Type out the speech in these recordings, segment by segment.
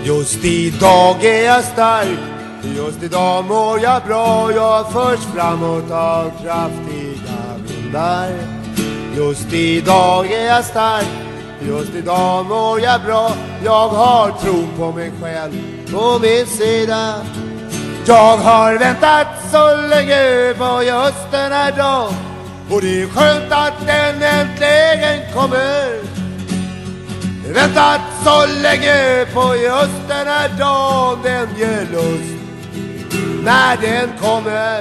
Just idag är jag stark, just idag mår jag bra. Jag förs framåt av kraftiga vindar. Just idag är jag stark, just idag mår jag bra. Jag har tro på mig själv på min sida. Jag har väntat så länge på just den här dagen, och det är skönt att den äntligen kommer. Väntat så länge på just den här dagen, den ger lust när den kommer.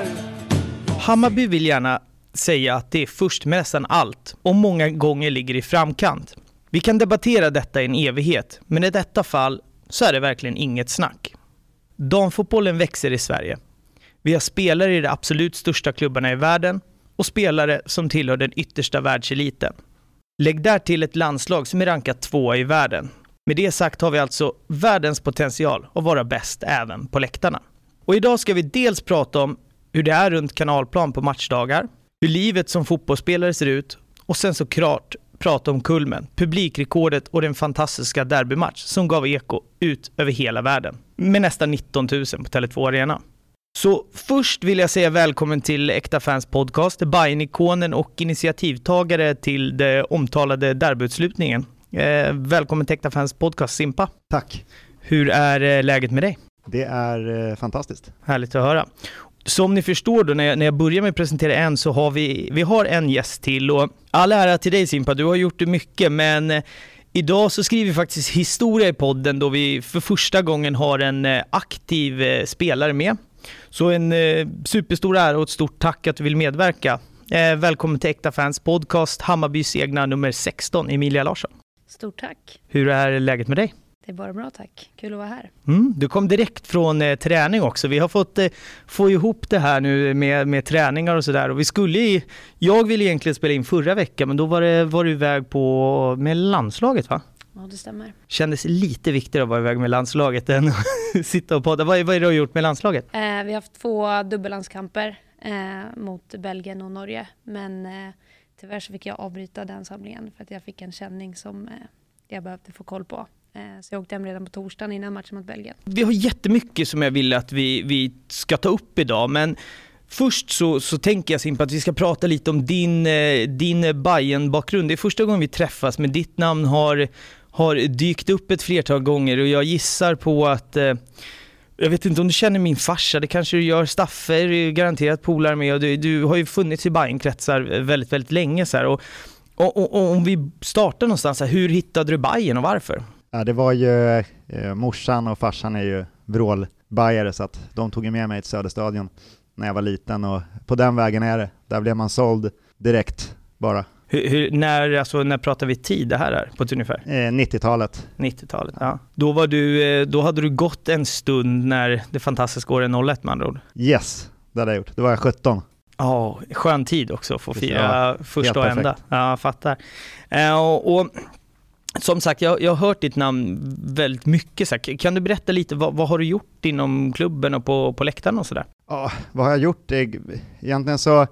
Hammarby vill gärna säga att det är först med nästan allt och många gånger ligger i framkant. Vi kan debattera detta i en evighet, men i detta fall så är det verkligen inget snack. Damfotbollen växer i Sverige. Vi har spelare i de absolut största klubbarna i världen och spelare som tillhör den yttersta världseliten. Lägg där till ett landslag som är rankat 2 i världen. Med det sagt har vi alltså världens potential att vara bäst även på läktarna. Och idag ska vi dels prata om hur det är runt kanalplan på matchdagar, hur livet som fotbollsspelare ser ut och sen såklart prata om kulmen, publikrekordet och den fantastiska derbymatch som gav eko ut över hela världen med nästan 19 000 på Tele2 Arena. Så först vill jag säga välkommen till Äkta Fans podcast, Bayern-ikonen och initiativtagare till det omtalade derbyutslutningen. Välkommen till Äkta Fans podcast, Simpa. Tack. Hur är läget med dig? Det är fantastiskt. Härligt att höra. Som ni förstår då, när jag börjar med att presentera en, så har vi har en gäst till, och all ära till dig Simpa, du har gjort det mycket, men idag så skriver vi faktiskt historia i podden då vi för första gången har en aktiv spelare med. Så en superstor ära och ett stort tack att du vill medverka. Välkommen till Äkta Fans podcast, Hammarbys egna nummer 16, Emilia Larsson. Stort tack. Hur är läget med dig? Det är bara bra, tack. Kul att vara här. Du kom direkt från träning också. Vi har fått få ihop det här nu med träningar och sådär. Och jag ville egentligen spela in förra veckan, men då var du iväg med landslaget, va? Ja, det stämmer. Kändes lite viktigare att vara iväg med landslaget än att sitta och podda. Vad är det du har gjort med landslaget? Vi har haft 2 dubbellandskamper mot Belgien och Norge. Men tyvärr så fick jag avbryta den samlingen för att jag fick en känning som jag behövde få koll på. Så jag åkte hem redan på torsdagen innan matchen mot Belgien. Vi har jättemycket som jag vill att vi ska ta upp idag, men först så tänker jag Simpa att vi ska prata lite om din Bayern-bakgrund. Det är första gången vi träffas, men ditt namn har dykt upp ett flertal gånger, och jag gissar på att jag vet inte om du känner min farsa, det kanske du gör. Staffe är ju garanterat polare med, och du har ju funnits i Bayern-kretsar väldigt, väldigt länge så här. Och om vi startar någonstans, hur hittade du Bayern och varför? Ja, det var ju morsan och farsan är ju vrålbajare, så att de tog med mig till Söderstadion när jag var liten, och på den vägen är det. Där blev man såld direkt bara. När pratar vi tid det här är på ett ungefär? 90-talet. 90-talet, ja. Då hade du gått en stund när det fantastiska året 01 med andra ord. Yes, det hade jag gjort. Då var jag 17. Ja, skön tid också för att fira första och ända. Ja, jag fattar. Och som sagt, jag har hört ditt namn väldigt mycket. Så kan du berätta lite, vad har du gjort inom klubben och på läktaren och sådär? Ja, vad har jag gjort? Egentligen så,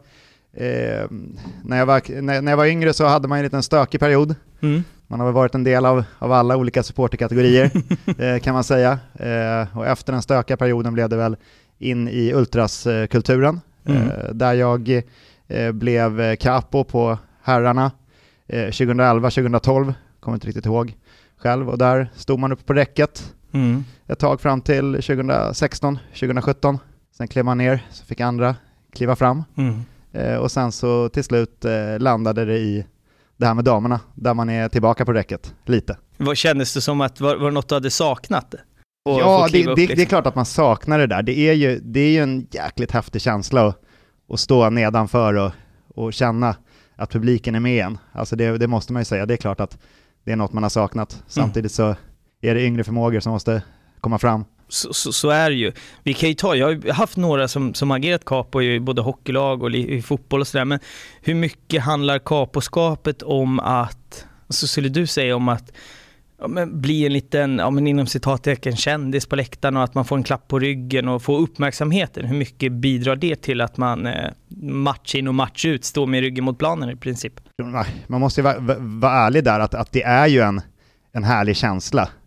när jag var yngre så hade man en liten stökig period. Man har varit en del av alla olika supporterkategorier kan man säga. Och efter den stökiga perioden blev det väl in i ultraskulturen. Där jag blev capo på herrarna 2011-2012. Kommer inte riktigt ihåg själv, och där stod man upp på räcket ett tag fram till 2016-2017. Sen klev man ner, så fick andra kliva fram. Och sen så till slut landade det i det här med damerna, där man är tillbaka på räcket lite. Vad kändes det som att var något du hade saknat? Ja, det är klart att man saknar det där. Det är ju en jäkligt häftig känsla att stå nedanför och känna att publiken är med igen. Alltså det måste man ju säga. Det är klart att det är något man har saknat. Samtidigt så är det yngre förmågor som måste komma fram. Så är det ju. Vi kan ju jag har haft några som agerat capo i både hockeylag och i fotboll och sådär, men hur mycket handlar caposkapet om att, så skulle du säga, om att bli en liten, inom citattecken, kändis på läktaren, och att man får en klapp på ryggen och får uppmärksamheten? Hur mycket bidrar det till att man match in och match ut står med ryggen mot planen i princip? Man måste ju vara ärlig där, att det är ju en härlig känsla.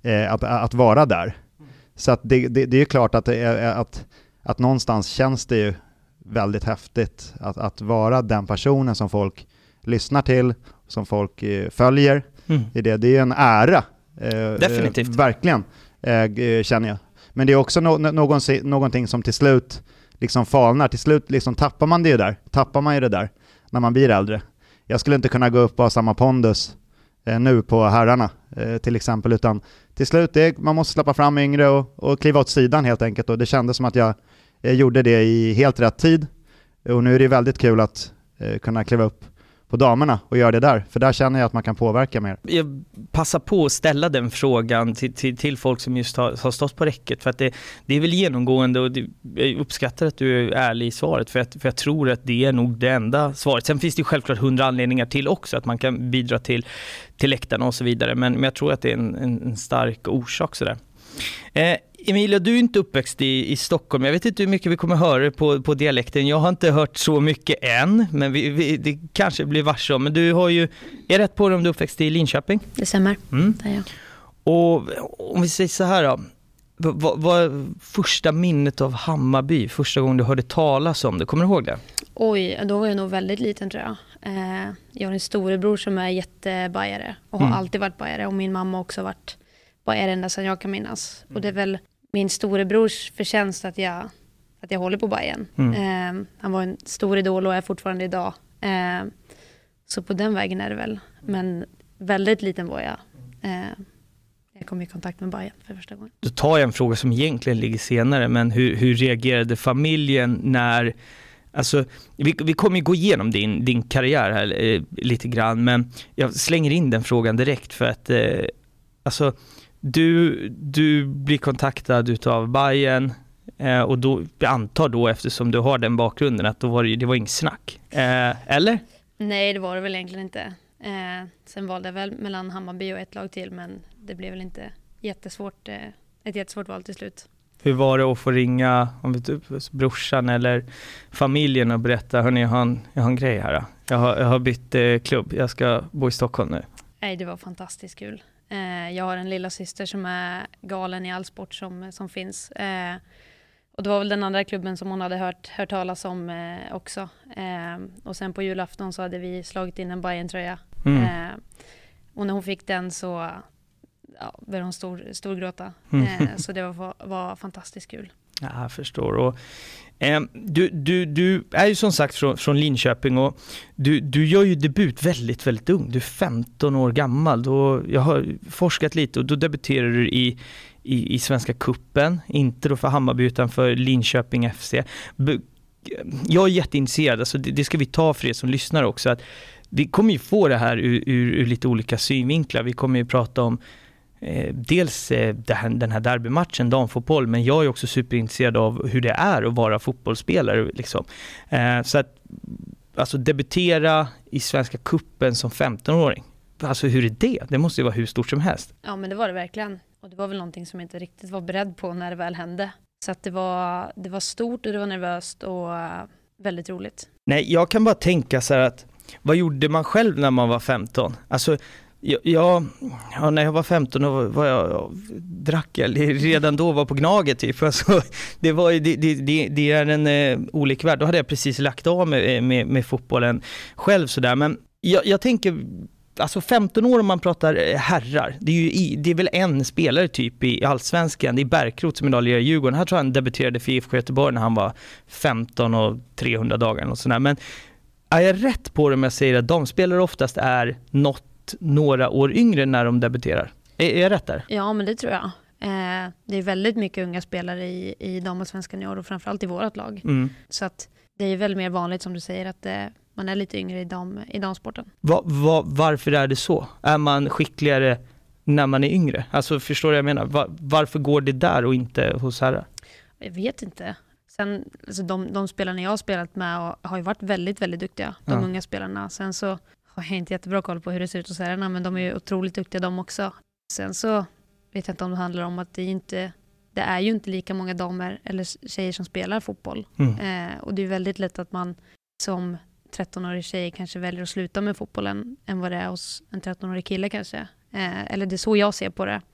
att vara där. Så att det är klart att någonstans känns det ju väldigt häftigt att vara den personen som folk lyssnar till, som folk följer. Det är ju en ära. Definitivt. Verkligen, känner jag. Men det är också någonting som till slut liksom falnar. Till slut liksom tappar man ju det där när man blir äldre. Jag skulle inte kunna gå upp och ha samma pondus nu på herrarna till exempel, utan till slut man måste släppa fram yngre och kliva åt sidan helt enkelt, och det kändes som att jag gjorde det i helt rätt tid, och nu är det väldigt kul att kunna kliva upp på damerna och göra det där, för där känner jag att man kan påverka mer. Jag passar på att ställa den frågan till folk som just har stått på räcket, för att det är väl genomgående, och jag uppskattar att du är ärlig i svaret, för jag tror att det är nog det enda svaret. Sen finns det ju självklart 100 anledningar till också att man kan bidra till läktarna och så vidare, men jag tror att det är en stark orsak sådär. Emilia, du är inte uppväxt i Stockholm. Jag vet inte hur mycket vi kommer höra på dialekten. Jag har inte hört så mycket än, men det kanske blir varse om. Men du har ju, är rätt på det om du är uppväxt i Linköping? Det stämmer, det är jag. Och om vi säger så här då, vad första minnet av Hammarby, första gången du hörde talas om det, kommer du ihåg det? Oj, då var jag nog väldigt liten tror jag. Jag har en storebror som är jättebajare och har alltid varit bajare, och min mamma också varit bajare ända sedan jag kan minnas. Och det är väl min storebrors förtjänst att jag håller på Bajen. Han var en stor idol och är fortfarande idag. Så på den vägen är det väl. Men väldigt liten var jag. Jag kom i kontakt med Bajen för första gången. Då tar jag en fråga som egentligen ligger senare, men hur reagerade familjen när... Alltså, vi kommer ju gå igenom din karriär här lite grann, men jag slänger in den frågan direkt för att alltså, du blir kontaktad utav Bajen, och då antar då, eftersom du har den bakgrunden, att då det var inget snack. Eller? Nej, det var det väl egentligen inte. Sen valde jag väl mellan Hammarby och ett lag till, men det blev väl inte ett jättesvårt val till slut. Hur var det att få ringa brorsan eller familjen och berätta, hörni, jag har en grej här då. Jag har bytt klubb, jag ska bo i Stockholm nu. Nej, det var fantastiskt kul. Jag har en lilla syster som är galen i all sport som finns. Och det var väl den andra klubben som hon hade hört talas om också. Och sen på julafton så hade vi slagit in en Bajen-tröja. Och när hon fick den så började hon storgråta. Så det var fantastiskt kul. Ja, jag förstår. Och, du är ju som sagt från Linköping, och du gör ju debut väldigt, väldigt ung. Du är 15 år gammal. Jag har forskat lite, och då debuterar du i Svenska kuppen, inte då för Hammarby utan för Linköping FC. Jag är jätteintresserad, alltså det ska vi ta för er som lyssnar också, att vi kommer ju få det här ur lite olika synvinklar. Vi kommer ju prata om dels den här derbymatchen, damfotboll, men jag är också superintresserad av hur det är att vara fotbollsspelare liksom. Så att alltså debutera i Svenska kuppen som 15-åring, alltså hur är det? Det måste ju vara hur stort som helst. Ja, men det var det verkligen. Och det var väl någonting som jag inte riktigt var beredd på när det väl hände. Så att det var stort och det var nervöst och väldigt roligt. Nej, jag kan bara tänka så här att vad gjorde man själv när man var 15? Alltså när jag var 15 var jag drack jag redan då var på Gnaget typ. Alltså, det är en olik värld. Då hade jag precis lagt av med fotbollen själv sådär. Men jag tänker, alltså 15 år om man pratar herrar, det är väl en spelare typ i Allsvenskan, det är Bärkroth som idag lirar i Djurgården. Här tror jag han debuterade för IFK Göteborg när han var 15 och 300 dagar och sådär. Men är jag rätt på det om jag säger att de spelare oftast är några år yngre när de debuterar? Är jag rätt där? Ja, men det tror jag. Det är väldigt mycket unga spelare i damallsvenskan i år, och framförallt i vårt lag. Så att det är väldigt mer vanligt, som du säger, att man är lite yngre i damsporten. Varför är det så? Är man skickligare när man är yngre? Alltså, förstår du vad jag menar? Varför går det där och inte hos herrar? Jag vet inte. Sen, alltså de spelarna jag har spelat med har ju varit väldigt, väldigt duktiga. De unga spelarna. Sen så har jag inte jättebra koll på hur det ser ut hos herrarna, men de är ju otroligt duktiga de också. Sen så vet jag inte om det handlar om att det är ju inte lika många damer eller tjejer som spelar fotboll. Och det är väldigt lätt att man som 13-årig tjej kanske väljer att sluta med fotbollen än vad det är hos en 13-årig kille kanske. Eller det är så jag ser på det.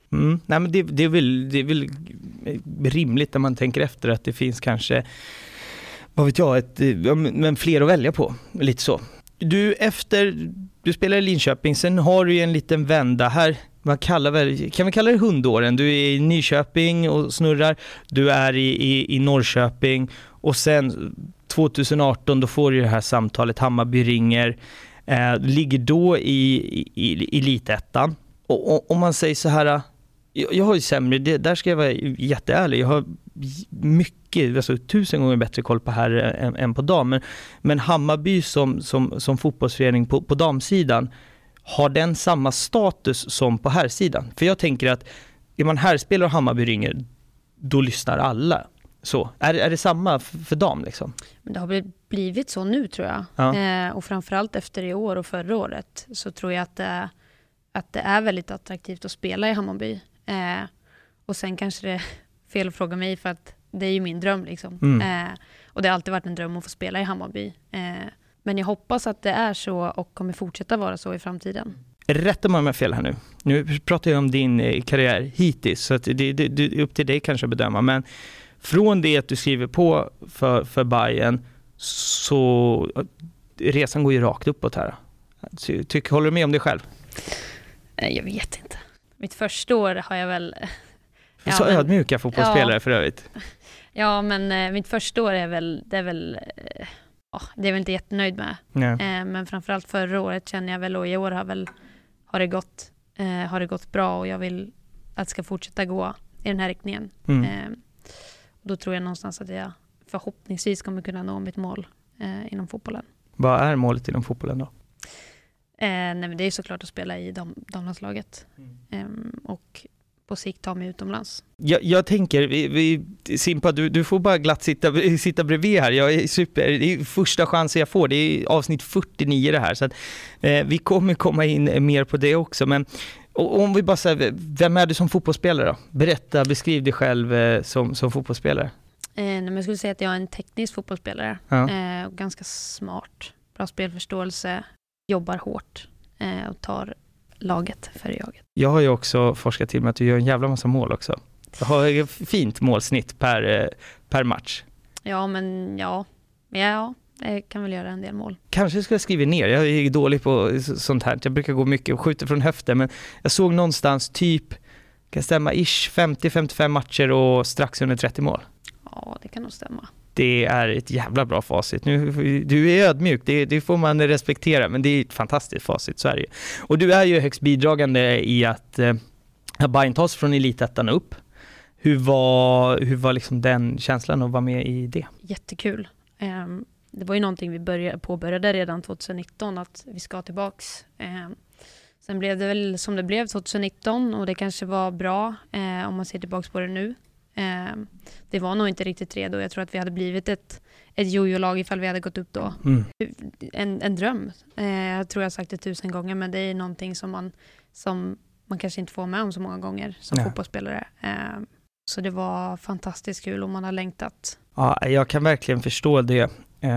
Nej, men det är väl rimligt när man tänker efter att det finns kanske, vad vet jag, men fler att välja på. Lite så. Du spelar i Linköping, sen har du en liten vända här. Kan vi kalla det hundåren? Du är i Nyköping och snurrar. Du är i Norrköping. Och sen 2018 då får du det här samtalet. Hammarby ringer. Ligger då i Elitettan. Och om man säger så här, jag har ju sämre, där ska jag vara jätteärlig. Jag har mycket, alltså 1000 gånger bättre koll på här än på dam. Men Hammarby som fotbollsförening på damsidan, har den samma status som på herrsidan? För jag tänker att är man herrspelare och Hammarby ringer, då lyssnar alla. Så, är det samma för dam liksom? Men det har blivit så nu, tror jag. Ja. Och framförallt efter i år och förra året så tror jag att det är väldigt attraktivt att spela i Hammarby. Och sen kanske det är fel att fråga mig, för att det är ju min dröm liksom. Och det har alltid varit en dröm att få spela i Hammarby. Men jag hoppas att det är så och kommer fortsätta vara så i framtiden. Rätta mig om jag fel här nu. Nu pratar jag om din karriär hittills, så att det är upp till dig kanske att bedöma. Men från det att du skriver på för Bayern, så resan går ju rakt uppåt här. Håller du med om det själv? Jag vet inte. Mitt första år har jag väl... Så ödmjuka fotbollsspelare för övrigt. Ja, men mitt första år är väl... Det är väl inte jättenöjd med. Men framförallt förra året känner jag väl, och i år har det gått bra, och jag vill att det ska fortsätta gå i den här riktningen. Då tror jag någonstans att jag förhoppningsvis kommer kunna nå mitt mål inom fotbollen. Vad är målet inom fotbollen då? Nej, men det är såklart att spela i damlandslaget. Och på sikt ta mig utomlands. Jag tänker, Simpa, du får bara glatt sitta bredvid här. Jag är super, det är första chansen jag får. Det är avsnitt 49 det här. Så att, vi kommer komma in mer på det också. Men om vi bara säger, vem är du som fotbollsspelare då? Beskriv dig själv som fotbollsspelare. Jag skulle säga att jag är en teknisk fotbollsspelare. Ganska smart. Bra spelförståelse. Jobbar hårt och tar laget för jaget. Jag har ju också forskat till med att du gör en jävla massa mål också. Du har ett fint målsnitt per match. Ja, jag kan väl göra en del mål. Kanske ska jag skriva ner. Jag är dålig på sånt här. Jag brukar gå mycket och skjuta från höften, men jag såg någonstans kan stämma 50-55 matcher och strax under 30 mål. Ja, det kan nog stämma. Det är ett jävla bra facit. Du är ödmjuk, det får man respektera, men det är ett fantastiskt facit, så är det. Och du är ju högst bidragande i att Bayern tas från elitettan upp. Hur var liksom den känslan att vara med i det? Jättekul. Det var ju någonting vi påbörjade redan 2019, att vi ska tillbaks. Sen blev det väl som det blev 2019, och det kanske var bra om man ser tillbaks på det nu. Det var nog inte riktigt redo. Jag tror att vi hade blivit ett jojo-lag ifall vi hade gått upp då. En dröm. Jag tror jag har sagt det 1000 gånger, men det är någonting som man kanske inte får med om så många gånger som fotbollsspelare. Så det var fantastiskt kul, och man har längtat. Ja, jag kan verkligen förstå det.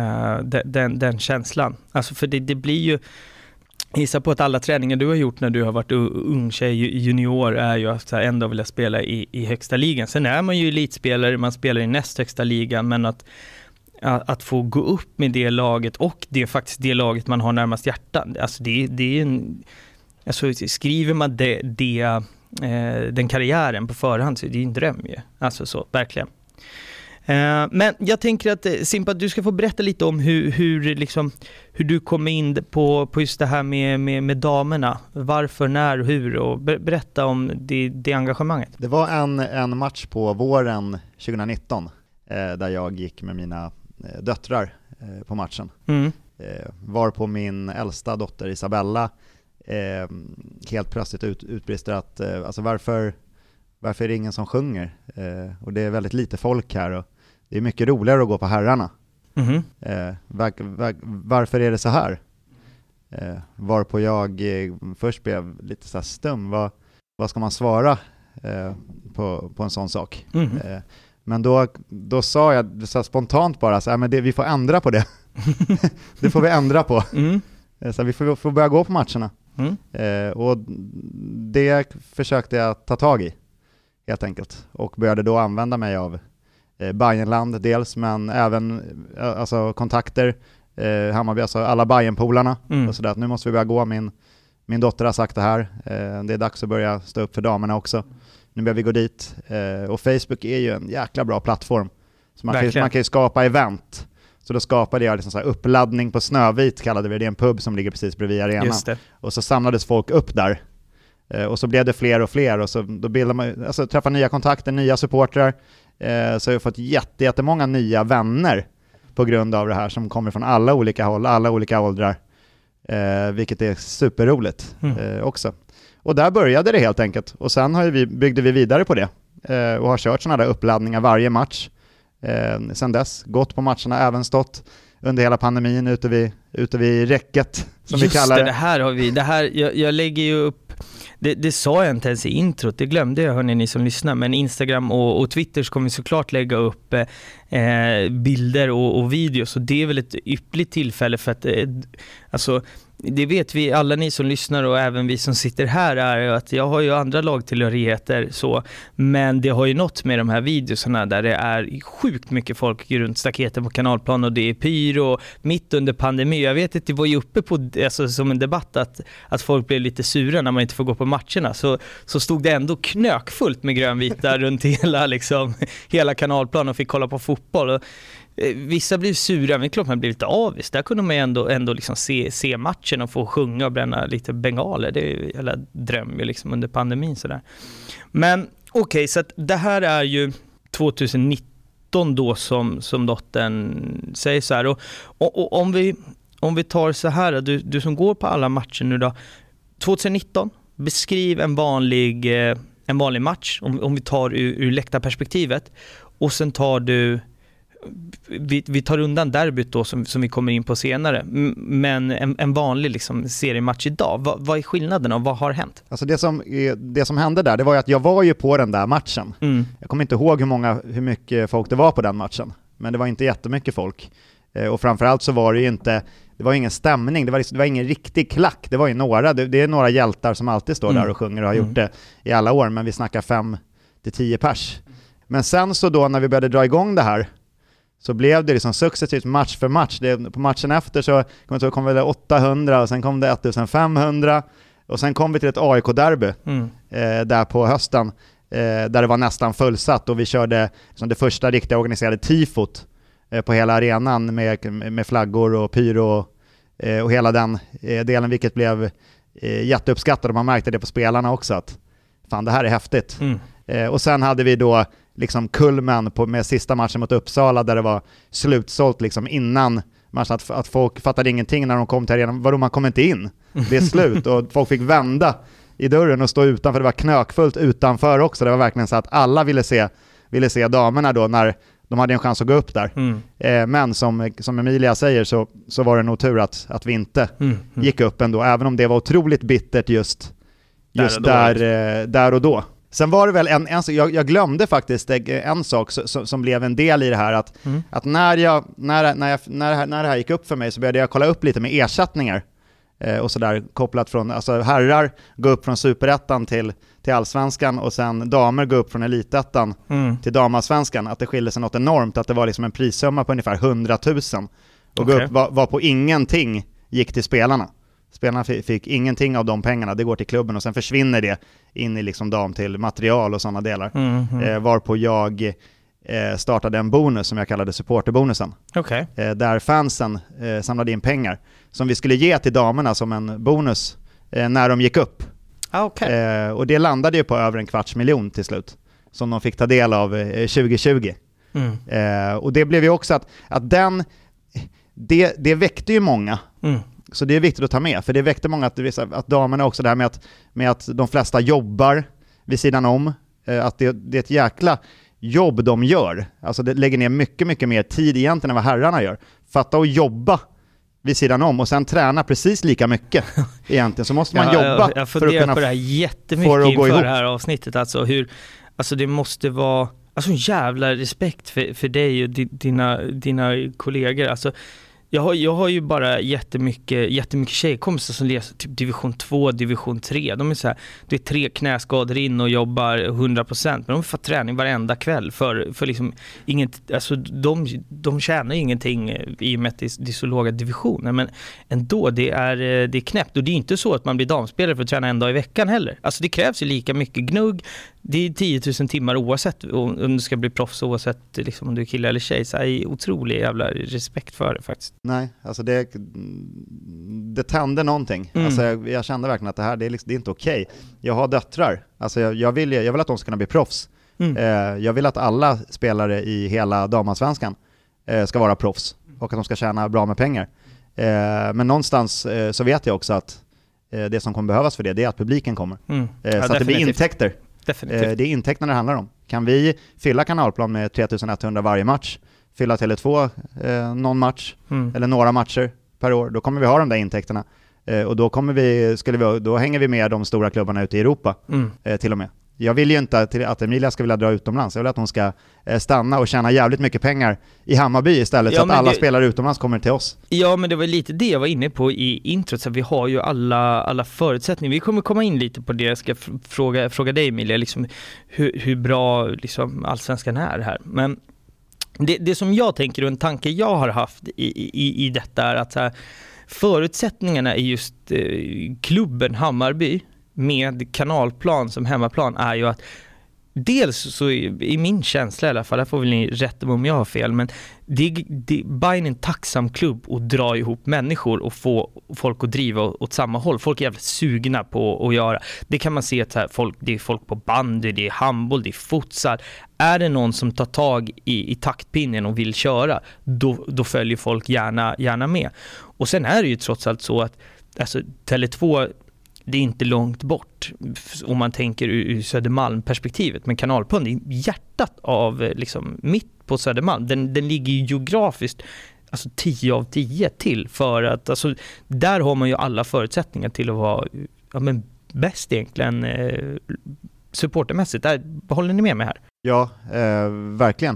Den känslan. Alltså, för det blir ju, gissa på att alla träningar du har gjort när du har varit ung tjej, junior, är ju att ändå vilja spela i högsta ligan. Sen är man ju elitspelare, man spelar i näst högsta ligan, men att få gå upp med det laget, och det är faktiskt det laget man har närmast hjärtan. Alltså det är en, alltså skriver man den karriären på förhand, så är det en dröm ju. Alltså så, verkligen. Men jag tänker att Simpa, du ska få berätta lite om hur du kom in på just det här med damerna. Varför, när och hur, och berätta om det engagemanget. Det var en match på våren 2019 där jag gick med mina döttrar på matchen. Var på min äldsta dotter Isabella helt plötsligt utbrister att alltså varför är det ingen som sjunger? Och det är väldigt lite folk här, och det är mycket roligare att gå på herrarna. Varför är det så här? Varpå jag först blev lite så här stum. Vad ska man svara på en sån sak? Men då sa jag så spontant bara så här, men vi får ändra på det. Det får vi ändra på. Så vi får börja gå på matcherna. Och det försökte jag ta tag i helt enkelt och började då använda mig av Bayernland dels, men även alltså kontakter, Hammarby, alltså alla Bayern-polarna och sådär. Nu måste vi börja gå, min dotter har sagt det här, det är dags att börja stå upp för damerna också. Nu börjar vi gå dit, och Facebook är ju en jäkla bra plattform. Så man kan ju skapa event. Så då skapade jag liksom så här uppladdning på Snövit, kallade vi det. Det är en pub som ligger precis bredvid arenan. Och så samlades folk upp där. Och så blev det fler och fler. Och så då bildade man, alltså träffa nya kontakter, nya supportrar. Så jag har fått jättemånga nya vänner på grund av det här, som kommer från alla olika håll, alla olika åldrar. Vilket är superroligt också. Och där började det helt enkelt. Och sen byggde vi vidare på det. Och har kört sådana där uppladdningar varje match. Sen dess, gått på matcherna, även stått under hela pandemin ute vid räcket, som vi kallar det. Det här har vi, jag lägger ju upp, det sa jag inte ens i introt, det glömde jag, hörni, ni som lyssnar, men Instagram och Twitter så kommer vi såklart lägga upp bilder och videos, och det är väl ett yppligt tillfälle för att alltså, det vet vi alla, ni som lyssnar och även vi som sitter här, är att jag har ju andra lagtillhörigheter så, men det har ju något med de här videorna där det är sjukt mycket folk runt staketen på Kanalplan, och det är pyro mitt under pandemi. Jag vet att det var ju uppe på, alltså, som en debatt att folk blev lite sura när man inte får gå på matcherna, så stod det ändå knökfullt med grönvita runt hela Kanalplan och fick kolla på fotboll. Och vissa blev sura, men klart man blev lite avis. Där kunde man ändå liksom se matchen och få sjunga och bränna lite bengaler. Det är ju hela dröm ju liksom under pandemin sådär. Men okej, så att det här är ju 2019 då som dottern säger så här. Och om vi tar så här, du som går på alla matcher nu då. 2019, beskriv en vanlig match om vi tar ur läktarperspektivet, och sen tar du vi tar undan derbyt då som vi kommer in på senare, men en vanlig liksom seriematch idag, vad är skillnaden och vad har hänt? Alltså det som hände där, det var ju att jag var ju på den där matchen. Jag kommer inte ihåg hur mycket folk det var på den matchen, men det var inte jättemycket folk, och framförallt så var det ju inte, det var ingen stämning, det var ingen riktig klack, det var ju det är några hjältar som alltid står där och sjunger och har gjort det i alla år, men vi snackar 5-10 pers. Men sen så då när vi började dra igång det här, så blev det liksom successivt match för match. På matchen efter så kom det 800 och sen kom det 1500 och sen kom vi till ett AIK-derby där på hösten, där det var nästan fullsatt, och vi körde liksom det första riktiga organiserade tifot på hela arenan med flaggor och pyro och hela den delen, vilket blev jätteuppskattat, och man märkte det på spelarna också att fan, det här är häftigt. Och sen hade vi då liksom kulmen med sista matchen mot Uppsala, där det var slutsålt liksom innan matchen, att folk fattade ingenting när de kom till arenan. Vadå, man kom inte in? Det är slut, och folk fick vända i dörren och stå utanför. Det var knökfullt utanför också. Det var verkligen så att alla ville se damerna då när de hade en chans att gå upp där. Men som Emilia säger så var det nog tur att vi inte gick upp ändå, även om det var otroligt bittert just där och då. Sen var det väl jag glömde faktiskt en sak som blev en del i det här, att när det här gick upp för mig, så började jag kolla upp lite med ersättningar och sådär, kopplat från, alltså herrar går upp från Superettan till Allsvenskan, och sen damer går upp från Elitettan till Damasvenskan, att det skiljer sig något enormt, att det var liksom en prissumma på ungefär 100 000 och gå upp var på ingenting gick till spelarna. Spelarna fick ingenting av de pengarna, det går till klubben, och sen försvinner det in i liksom dam till material och sådana delar. Varpå jag startade en bonus som jag kallade supporterbonusen. Där fansen samlade in pengar som vi skulle ge till damerna som en bonus när de gick upp. Och det landade ju på över 250 000 till slut, som de fick ta del av 2020. Och det blev ju också att det väckte ju många. Så det är viktigt att ta med, för det väckte många att damerna också, det här med att de flesta jobbar vid sidan om, att det är ett jäkla jobb de gör. Alltså det lägger ner mycket, mycket mer tid egentligen än vad herrarna gör. Fatta att jobba vid sidan om och sen träna precis lika mycket egentligen, så måste man jobba jag för att kunna på det här jättemycket inför det här avsnittet, alltså det måste vara en jävla respekt för dig och dina kollegor, alltså Jag har ju bara jättemycket tjejkompisar som läser typ division 2, division 3. De är så här, det är 3 knäskador in och jobbar 100%, men de får träning varenda kväll för liksom inget, alltså de tjänar ingenting i och med att det är så låga divisioner, men ändå det är knäppt, och det är inte så att man blir damspelare för att träna en dag i veckan heller. Alltså det krävs ju lika mycket gnugg. Det är 10 000 timmar oavsett om du ska bli proffs, oavsett liksom om du är kille eller tjej. Så är otrolig jävla respekt för det faktiskt. Nej, alltså det tände någonting. Alltså jag kände verkligen att det här det är inte okej. Jag har döttrar. Alltså jag vill att de ska kunna bli proffs. Jag vill att alla spelare i hela damallsvenskan ska vara proffs och att de ska tjäna bra med pengar. Men någonstans så vet jag också att det som kommer behövas för det är att publiken kommer. Så att det blir intäkter. Definitivt. Det är intäkterna det handlar om. Kan vi fylla Kanalplan med 3100 varje match, fylla Tele2 någon match eller några matcher per år, då kommer vi ha de där intäkterna. Och då då hänger vi med de stora klubbarna ute i Europa till och med. Jag vill ju inte att Emilia ska vilja dra utomlands. Jag vill att hon ska stanna och tjäna jävligt mycket pengar i Hammarby istället, så att alla spelare utomlands kommer till oss. Ja, men det var lite det jag var inne på i introt, så vi har ju alla förutsättningar. Vi kommer komma in lite på det. Jag ska fråga dig, Emilia, liksom, hur bra liksom, allsvenskan är här. Men det som jag tänker, och en tanke jag har haft i detta, är att så här, förutsättningarna i just klubben Hammarby med Kanalplan som hemmaplan är ju att dels så i min känsla i alla fall, där får väl ni rätta om jag har fel, men Bayern är en tacksam klubb och dra ihop människor och få folk att driva åt samma håll. Folk är jävligt sugna på att göra. Det kan man se att det är folk på bandy, det är handboll, det är futsal. Är det någon som tar tag i taktpinnen och vill köra, då följer folk gärna med. Och sen är det ju trots allt så att alltså, Tele2, det är inte långt bort om man tänker ur Södermalm-perspektivet, men Kanalplan är hjärtat av liksom, mitt på Södermalm. Den ligger ju geografiskt alltså 10 av 10 till, för att alltså, där har man ju alla förutsättningar till att vara bäst egentligen supportermässigt. Håller ni med mig här? Ja, verkligen.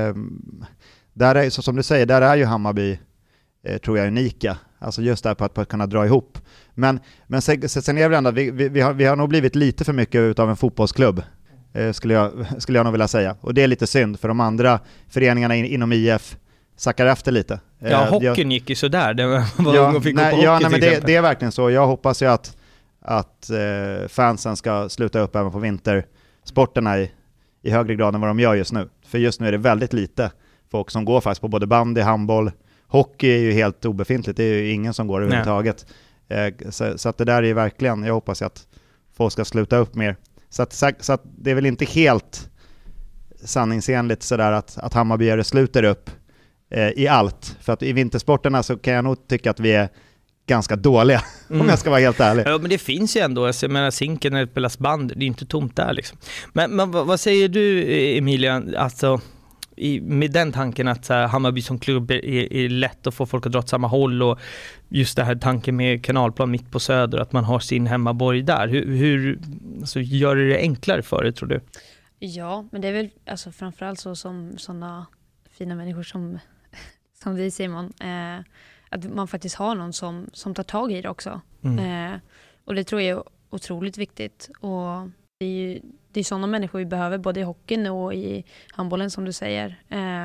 Där är, så som du säger, där är ju Hammarby tror jag unika. Alltså just där på att kunna dra ihop. Men sen är det ändå, vi har nog blivit lite för mycket utav en fotbollsklubb, skulle jag nog vilja säga. Och det är lite synd, för de andra föreningarna inom IF sackar efter lite. Ja, hockeyn gick ju sådär. Det var fick gå på hockey, men det är verkligen så. Jag hoppas ju att fansen ska sluta upp även på vintersporterna i högre grad än vad de gör just nu. För just nu är det väldigt lite folk som går faktiskt på både bandy, handboll. Hockey är ju helt obefintligt, det är ju ingen som går överhuvudtaget. Så att det där är verkligen, jag hoppas att folk ska sluta upp mer. Så att det är väl inte helt sanningsenligt sådär att Hammarbyare sluter upp i allt. För att i vintersporterna så kan jag nog tycka att vi är ganska dåliga, om jag ska vara helt ärlig. Ja, men det finns ju ändå, jag menar Zinken när det spelas band, det är inte tomt där liksom. Men vad säger du, Emilia, alltså med den tanken att Hammarby som klubb är lätt att få folk att dra åt samma håll, och just det här tanken med Kanalplan mitt på Söder, att man har sin hemmaborg där. Hur alltså, gör det enklare för det, tror du? Ja, men det är väl alltså, framförallt så som sådana fina människor som vi, Simon, att man faktiskt har någon som tar tag i det också. Och det tror jag är otroligt viktigt, och det är sådana människor vi behöver både i hockeyn och i handbollen, som du säger.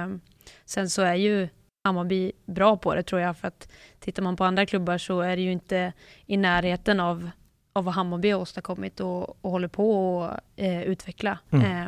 Sen så är ju Hammarby bra på det, tror jag, för att tittar man på andra klubbar så är det ju inte i närheten av vad Hammarby har åstadkommit och håller på att utveckla.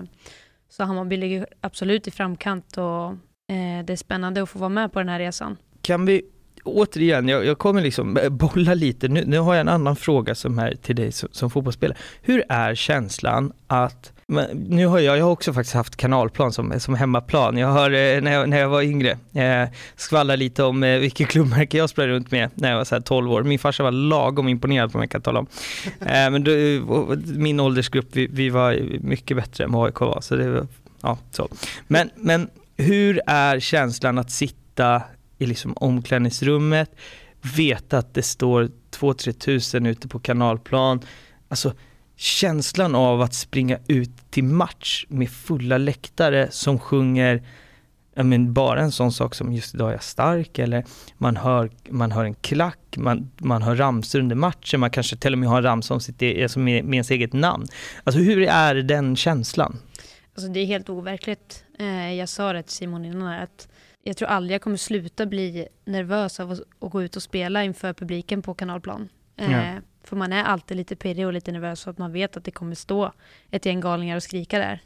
Så Hammarby ligger absolut i framkant, och det är spännande att få vara med på den här resan. Kan vi återigen, jag kommer liksom bolla lite. Nu har jag en annan fråga som här till dig som fotbollsspelare. Hur är känslan att, nu har jag har också faktiskt haft Kanalplan som hemmaplan. Jag har när jag var yngre skvallra lite om vilket klubbmärke jag spelade runt med när jag var så här 12 år. Min farsa var lagom imponerad på mig, kan jag tala om. Men då, min åldersgrupp, vi var mycket bättre än AIK var, så det var, ja, så. Men hur är känslan att sitta i liksom omklädningsrummet, veta att det står 2-3 tusen ute på Kanalplan, alltså känslan av att springa ut till match med fulla läktare som sjunger men bara en sån sak som just idag är jag stark, eller man hör en klack, man hör ramsor under matchen, man kanske till och med har en ramsa om med ens eget namn. Alltså hur är den känslan? Alltså det är helt overkligt. Jag sa det till Simon innan här, att jag tror aldrig jag kommer sluta bli nervös av att gå ut och spela inför publiken på Kanalplan. För man är alltid lite pirrig och lite nervös för att man vet att det kommer stå ett gäng galningar och skrika där.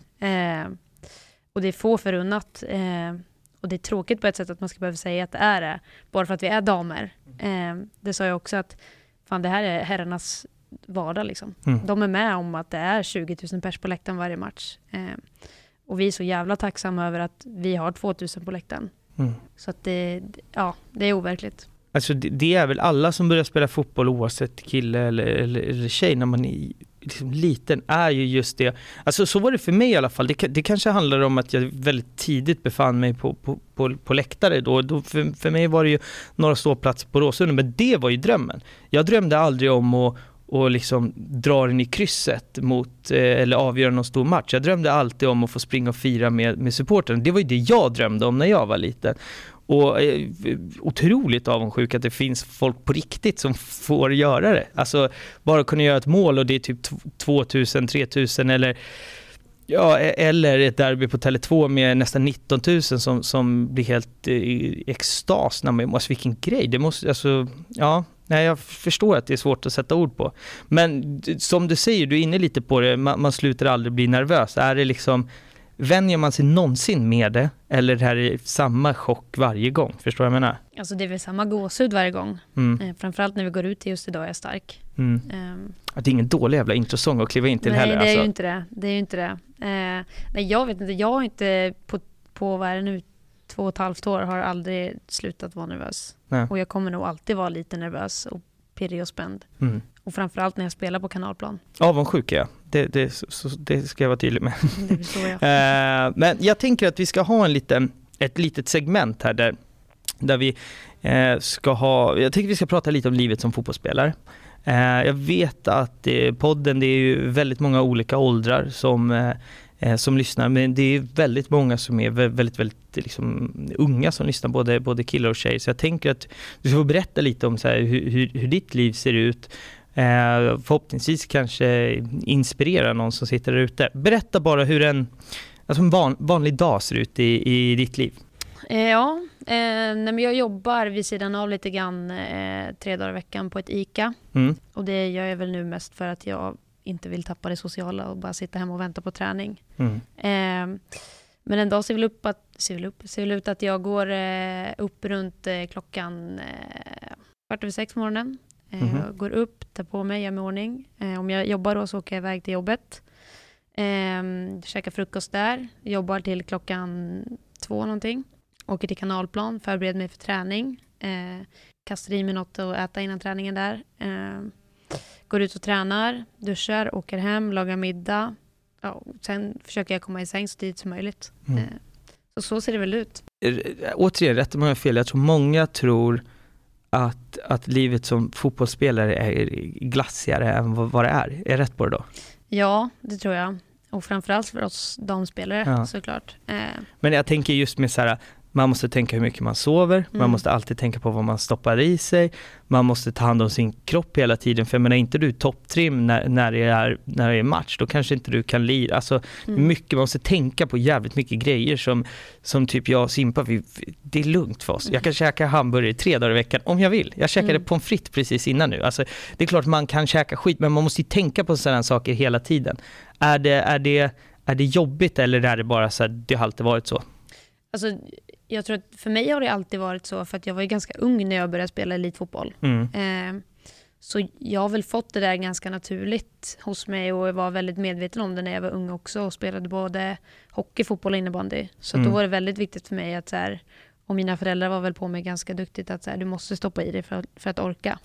Och det är få förunnat. Och det är tråkigt på ett sätt att man ska behöva säga att det är det. Bara för att vi är damer. Det sa jag också att fan, det här är herrarnas vardag liksom. De är med om att det är 20 000 pers på läktaren varje match. Och vi är så jävla tacksamma över att vi har 2000 på läktaren. Så att det är overkligt. Alltså det är väl alla som börjar spela fotboll, oavsett kille eller tjej, när man är liksom liten, är ju just det. Alltså så var det för mig i alla fall. Det kanske handlar om att jag väldigt tidigt befann mig på läktare då för mig var det ju några ståplatser på Råsunda, men det var ju drömmen. Jag drömde aldrig om att liksom dra den i krysset mot eller avgöra någon stor match. Jag drömde alltid om att få springa och fira med supporten. Det var ju det jag drömde om när jag var liten. Och otroligt avundsjuk att det finns folk på riktigt som får göra det. Alltså bara kunna göra ett mål och det är typ 2000, 3000 eller ett derby på Tele2 med nästan 19 000 som blir helt i extas när man måste, vilken grej. Det måste, alltså, jag förstår att det är svårt att sätta ord på. Men som du säger, du är inne lite på det, man slutar aldrig bli nervös. Är det liksom, vänjer man sig någonsin med det? Eller det här är samma chock varje gång? Förstår jag vad jag menar? Alltså det är väl samma gåshud varje gång. Framförallt när vi går ut i just idag är jag stark. Det är ingen dålig jävla introsång att kliva in till heller. Nej, det är ju inte det. Det är ju inte det. Nej, jag vet inte. Jag har inte på vad är det nu, 2,5 år har aldrig slutat vara nervös. Nej. Och jag kommer nog alltid vara lite nervös och pirrig och spänd. Och framförallt när jag spelar på Kanalplan. Avundsjuk är jag. Det ska jag vara tydlig med. Det förstår jag. Men jag tänker att vi ska ha ett litet segment här där vi ska ha... Jag tänker att vi ska prata lite om livet som fotbollsspelare. Jag vet att podden, det är ju väldigt många olika åldrar som lyssnar, men det är väldigt många som är väldigt, väldigt liksom unga som lyssnar, både killar och tjejer. Så jag tänker att du ska få berätta lite om så här, hur ditt liv ser ut. Förhoppningsvis kanske inspirera någon som sitter där ute. Berätta bara hur en vanlig dag ser ut i ditt liv. Men jag jobbar vid sidan av lite grann 3 dagar i veckan på ett ICA. Och det gör jag väl nu mest för att jag inte vill tappa det sociala och bara sitta hemma och vänta på träning. Men en dag ser väl ut att jag går upp runt klockan 5:45 på morgonen. Går upp, tar på mig, gör mig ordning. Om jag jobbar då så åker jag iväg till jobbet. Käkar frukost där. Jobbar till klockan 2 någonting. Åker till Kanalplan, förbereder mig för träning. Kastar i mig något och äta innan träningen där. Går ut och tränar, duschar, åker hem, lagar middag. Sen försöker jag komma i säng så tidigt som möjligt. Så ser det väl ut. Återigen, rätt om jag har fel. Jag tror många tror att livet som fotbollsspelare är glassigare än vad det är. Är rätt på det då? Ja, det tror jag. Och framförallt för oss damspelare såklart. Men jag tänker just med så här, man måste tänka hur mycket man sover. Man måste alltid tänka på vad man stoppar i sig. Man måste ta hand om sin kropp hela tiden. För jag menar, inte du topptrim när det är match. Då kanske inte du kan lira. Alltså, mycket, man måste tänka på jävligt mycket grejer som typ jag och Simpa. Det är lugnt för oss. Jag kan käka hamburgare 3 dagar i veckan om jag vill. Jag käkade pommes frites precis innan nu. Alltså, det är klart man kan käka skit. Men man måste ju tänka på sådana saker hela tiden. Är det jobbigt eller är det bara så här, det har alltid varit så? Alltså, jag tror att för mig har det alltid varit så, för att jag var ju ganska ung när jag började spela elitfotboll. Så jag har väl fått det där ganska naturligt hos mig och jag var väldigt medveten om det när jag var ung också och spelade både hockey, fotboll och innebandy. Så då var det väldigt viktigt för mig att så här, och mina föräldrar var väl på mig ganska duktigt att så här, du måste stoppa i dig för att orka.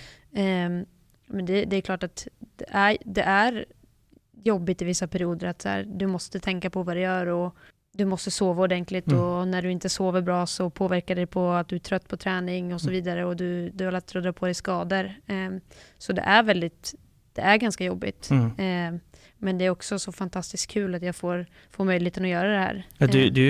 Men det är klart att det är jobbigt i vissa perioder att så här, du måste tänka på vad du gör och du måste sova ordentligt och när du inte sover bra så påverkar det på att du är trött på träning och så vidare och du har lätt att dra på dig skador. Så det det är ganska jobbigt. Men det är också så fantastiskt kul att jag får möjligheten att göra det här. Ja,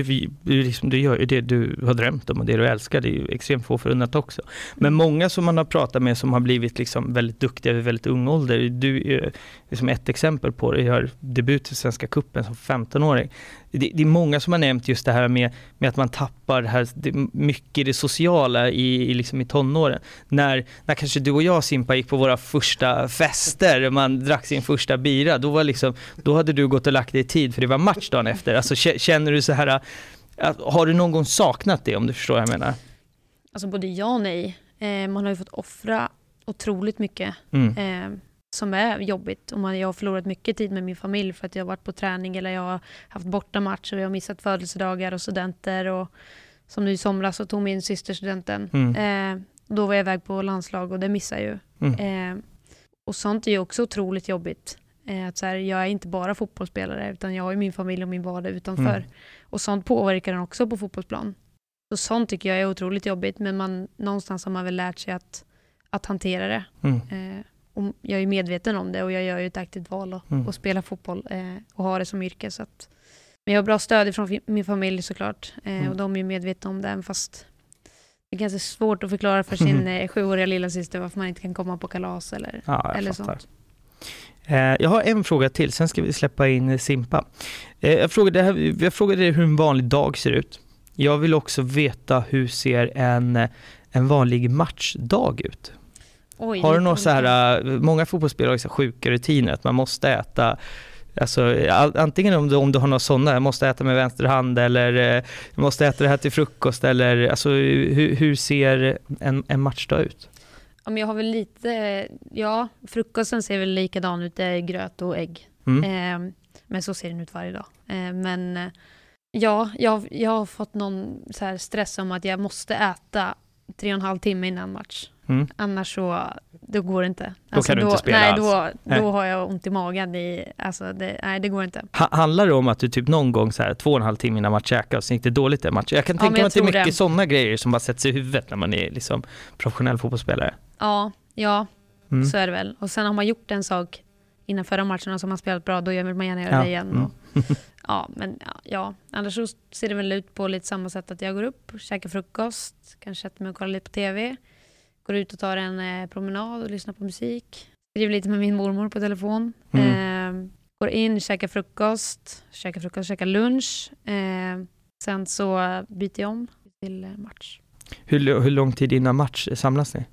du gör ju det du har drömt om och det du älskar. Det är ju extremt få förunnat också. Men många som man har pratat med som har blivit liksom väldigt duktiga vid väldigt ung ålder. Du är som ett exempel på det. Jag har debut i Svenska cupen som 15-åring. Det är många som har nämnt just det här med att man tappar det här, mycket i det sociala i tonåren. När kanske du och jag, Simpa, gick på våra första fester och man drack sin första bira, då hade du gått och lagt dig i tid för det var matchdagen efter. Alltså, känner du så här, har du någon gång saknat det, om du förstår vad jag menar? Alltså både ja och nej. Man har ju fått offra otroligt mycket. Som är jobbigt. Jag har förlorat mycket tid med min familj för att jag har varit på träning eller jag har haft bortamatcher och jag har missat födelsedagar och studenter. Och som nu i somras så tog min syster studenten. Då var jag iväg på landslag och det missade jag ju. Och sånt är ju också otroligt jobbigt. Att så här, jag är inte bara fotbollsspelare utan jag har ju min familj och min vardag utanför. Och sånt påverkar den också på fotbollsplan. Så sånt tycker jag är otroligt jobbigt, men någonstans har man väl lärt sig att hantera det. Och jag är medveten om det och jag gör ju ett aktivt val att spela fotboll och ha det som yrke. Så att, men jag har bra stöd från min familj såklart och de är ju medvetna om det, fast det är ganska svårt att förklara för sin 7-åriga lilla syster varför man inte kan komma på kalas eller sånt. Jag har en fråga till, sen ska vi släppa in Simpa. Jag frågade dig hur en vanlig dag ser ut. Jag vill också veta hur ser en vanlig matchdag ut. Oj, har du något så här, många fotbollsspelare har så sjuka rutiner att man måste äta, alltså antingen om du har något sådana, jag måste äta med vänster hand eller jag måste äta det här till frukost, eller alltså hur ser en matchdag ut? Ja, men jag har väl lite, frukosten ser väl likadan ut, det är gröt och ägg. Men så ser den ut varje dag. Men jag har fått någon så här stress om att jag måste äta 3,5 timmar innan match. Annars så, då går det inte. Då kan du inte spela då har jag ont i magen. Det går inte. Handlar det om att du typ någon gång så här 2,5 timmar innan match käkar och så gick det dåligt i match? Jag kan tänka mig att det är mycket sådana grejer som bara sätts i huvudet när man är liksom professionell fotbollsspelare. Ja, så är det väl. Och sen har man gjort en sak innan förra matchen som man spelat bra, då vill man gärna göra det igen. Annars så ser det väl ut på lite samma sätt att jag går upp, käkar frukost, kanske sätter mig och kollar lite på tv, går ut och tar en promenad och lyssnar på musik, skriver lite med min mormor på telefon, går in, käkar frukost, käkar lunch, sen så byter jag om till match. Hur lång tid innan match samlas ni?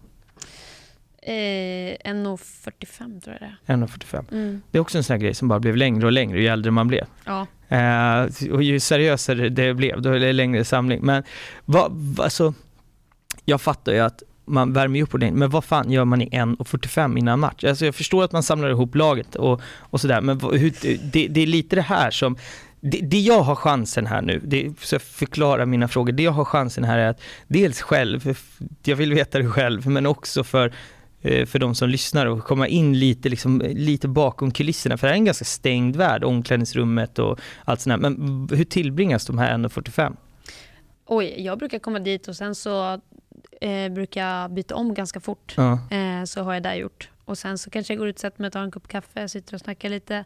1,45 tror jag det är. 1,45. Det är också en sån här grej som bara blev längre och längre ju äldre man blev. Ja. Och ju seriösare det blev, då är det längre samling. Men alltså, jag fattar ju att man värmer upp på det, men vad fan gör man i 1,45 innan match? Alltså jag förstår att man samlar ihop laget och sådär, men det är lite det här som det jag har chansen här nu, så jag förklarar mina frågor. Det jag har chansen här är att dels själv, jag vill veta det själv, men också för de som lyssnar och komma in lite bakom kulisserna, för det är en ganska stängd värld, omklädningsrummet och allt sånt där. Men hur tillbringas de här 1,45? Oj, jag brukar komma dit och sen så brukar jag byta om ganska fort. Så har jag det gjort. Och sen så kanske jag går ut och sätter mig och tar en kopp kaffe, sitter och snackar lite.